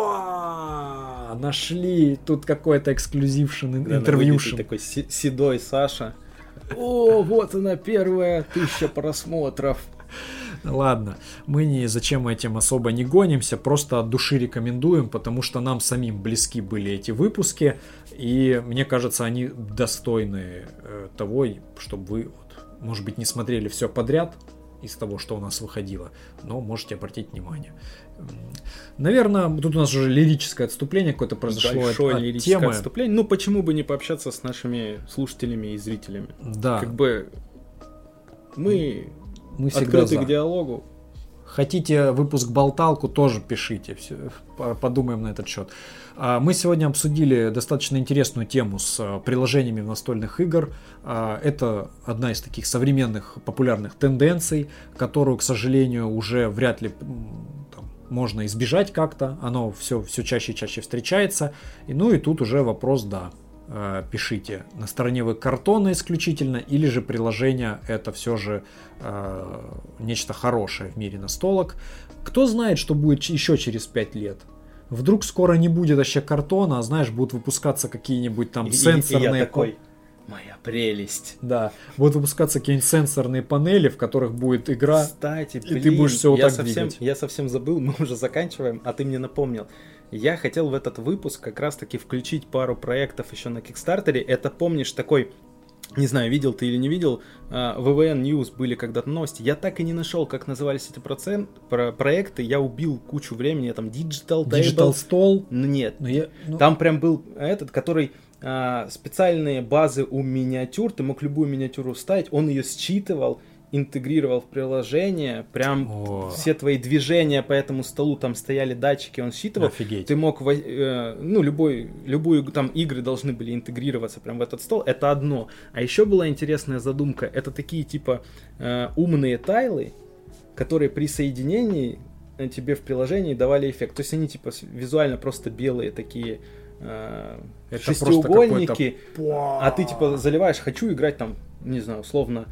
«Уа, нашли тут какой-то эксклюзившин, интервьюшин». Такой седой Саша. О, вот она, первая тысяча просмотров. Ладно, мы ни зачем этим особо не гонимся, просто от души рекомендуем, потому что нам самим близки были эти выпуски, и мне кажется, они достойны э, того, чтобы вы, вот, может быть, не смотрели все подряд из того, что у нас выходило, но можете обратить внимание. Наверное, тут у нас уже лирическое отступление какое-то произошло. Большое от, лирическое от темы. отступление. Ну, почему бы не пообщаться с нашими слушателями и зрителями? Да. Как бы мы... Мы всегда открыты за. к диалогу. Хотите выпуск болталку, тоже пишите, все, подумаем на этот счет. Мы сегодня обсудили достаточно интересную тему с приложениями настольных игр. Это одна из таких современных популярных тенденций, которую, к сожалению, уже вряд ли там можно избежать как-то. Оно все, все чаще и чаще встречается. И, ну и тут уже вопрос, да. Пишите, на стороне вы картона исключительно, или же приложение это все же э, нечто хорошее в мире настолок. Кто знает, что будет еще через пять лет? Вдруг скоро не будет вообще картона, а знаешь, будут выпускаться какие-нибудь там и, сенсорные... И я такой, моя прелесть. Да, будут выпускаться какие-нибудь сенсорные панели, в которых будет игра. Кстати, и блин, ты будешь все вот я так совсем, двигать. Я совсем забыл, мы уже заканчиваем, а ты мне напомнил. Я хотел в этот выпуск как раз-таки включить пару проектов еще на Кикстартере. Это, помнишь, такой, не знаю, видел ты или не видел, ви ви эн News были когда-то новости. Я так и не нашел, как назывались эти процент, про, проекты. Я убил кучу времени. Там Digital Table. Digital Stall? Нет. Но я, ну... Там прям был этот, который... А, специальные базы у миниатюр. Ты мог любую миниатюру вставить. Он ее считывал, интегрировал в приложение, прям О. все твои движения по этому столу, там стояли датчики, он считывал. Офигеть. Ты мог, э, ну, любой, любую, там, игры должны были интегрироваться прям в этот стол, это одно. А еще была интересная задумка, это такие, типа, э, умные тайлы, которые при соединении тебе в приложении давали эффект. То есть они, типа, визуально просто белые такие э, шестиугольники, а ты, типа, заливаешь, хочу играть там, не знаю, условно,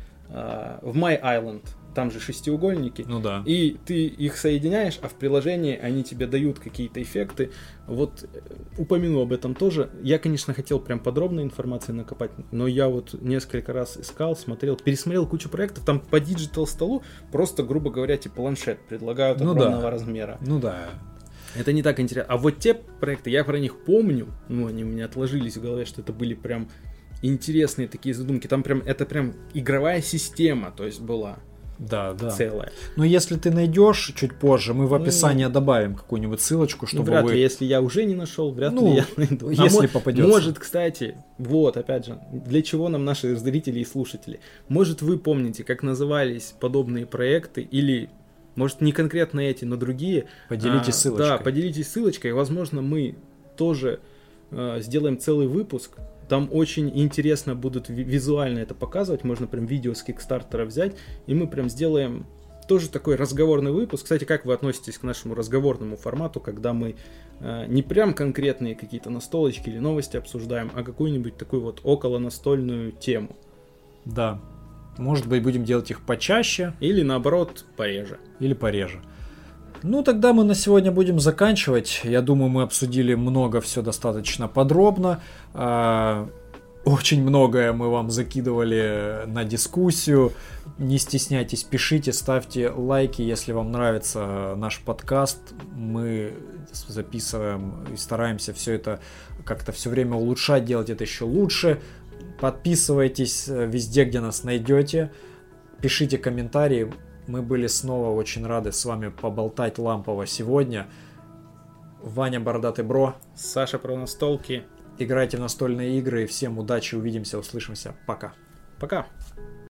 в My Island, там же шестиугольники, ну да. И ты их соединяешь, а в приложении они тебе дают какие-то эффекты. Вот упомяну об этом тоже. Я, конечно, хотел прям подробной информации накопать, но я вот несколько раз искал, смотрел, пересмотрел кучу проектов, там по диджитал столу просто, грубо говоря, типа планшет предлагают ну огромного да. размера. Ну да. Это не так интересно. А вот те проекты, я про них помню, ну они у меня отложились в голове, что это были прям интересные такие задумки. Там прям, это прям игровая система, то есть была. Да, да. Целая. Но если ты найдешь чуть позже, мы в описании ну, добавим какую-нибудь ссылочку, чтобы ну, вряд вы... ли, если я уже не нашел, вряд ну, ли я найду. Если а попадется. Может, кстати, вот, опять же, для чего нам наши зрители и слушатели? Может, вы помните, как назывались подобные проекты, или, может, не конкретно эти, но другие. Поделитесь а, ссылочкой. Да, поделитесь ссылочкой, и, возможно, мы тоже а, сделаем целый выпуск. Там очень интересно будут визуально это показывать. Можно прям видео с Кикстартера взять. И мы прям сделаем тоже такой разговорный выпуск. Кстати, как вы относитесь к нашему разговорному формату, когда мы э, не прям конкретные какие-то настолочки или новости обсуждаем, а какую-нибудь такую вот околонастольную тему? Да. Может быть, будем делать их почаще. Или наоборот, пореже. Или пореже. Ну, тогда мы на сегодня будем заканчивать. Я думаю, мы обсудили много, все достаточно подробно. Очень многое мы вам закидывали на дискуссию. Не стесняйтесь, пишите, ставьте лайки, если вам нравится наш подкаст. Мы записываем и стараемся все это как-то все время улучшать, делать это еще лучше. Подписывайтесь везде, где нас найдете. Пишите комментарии. Мы были снова очень рады с вами поболтать лампово сегодня. Ваня Бородатый Бро. Саша про настолки. Играйте в настольные игры. Всем удачи, увидимся, услышимся. Пока. Пока.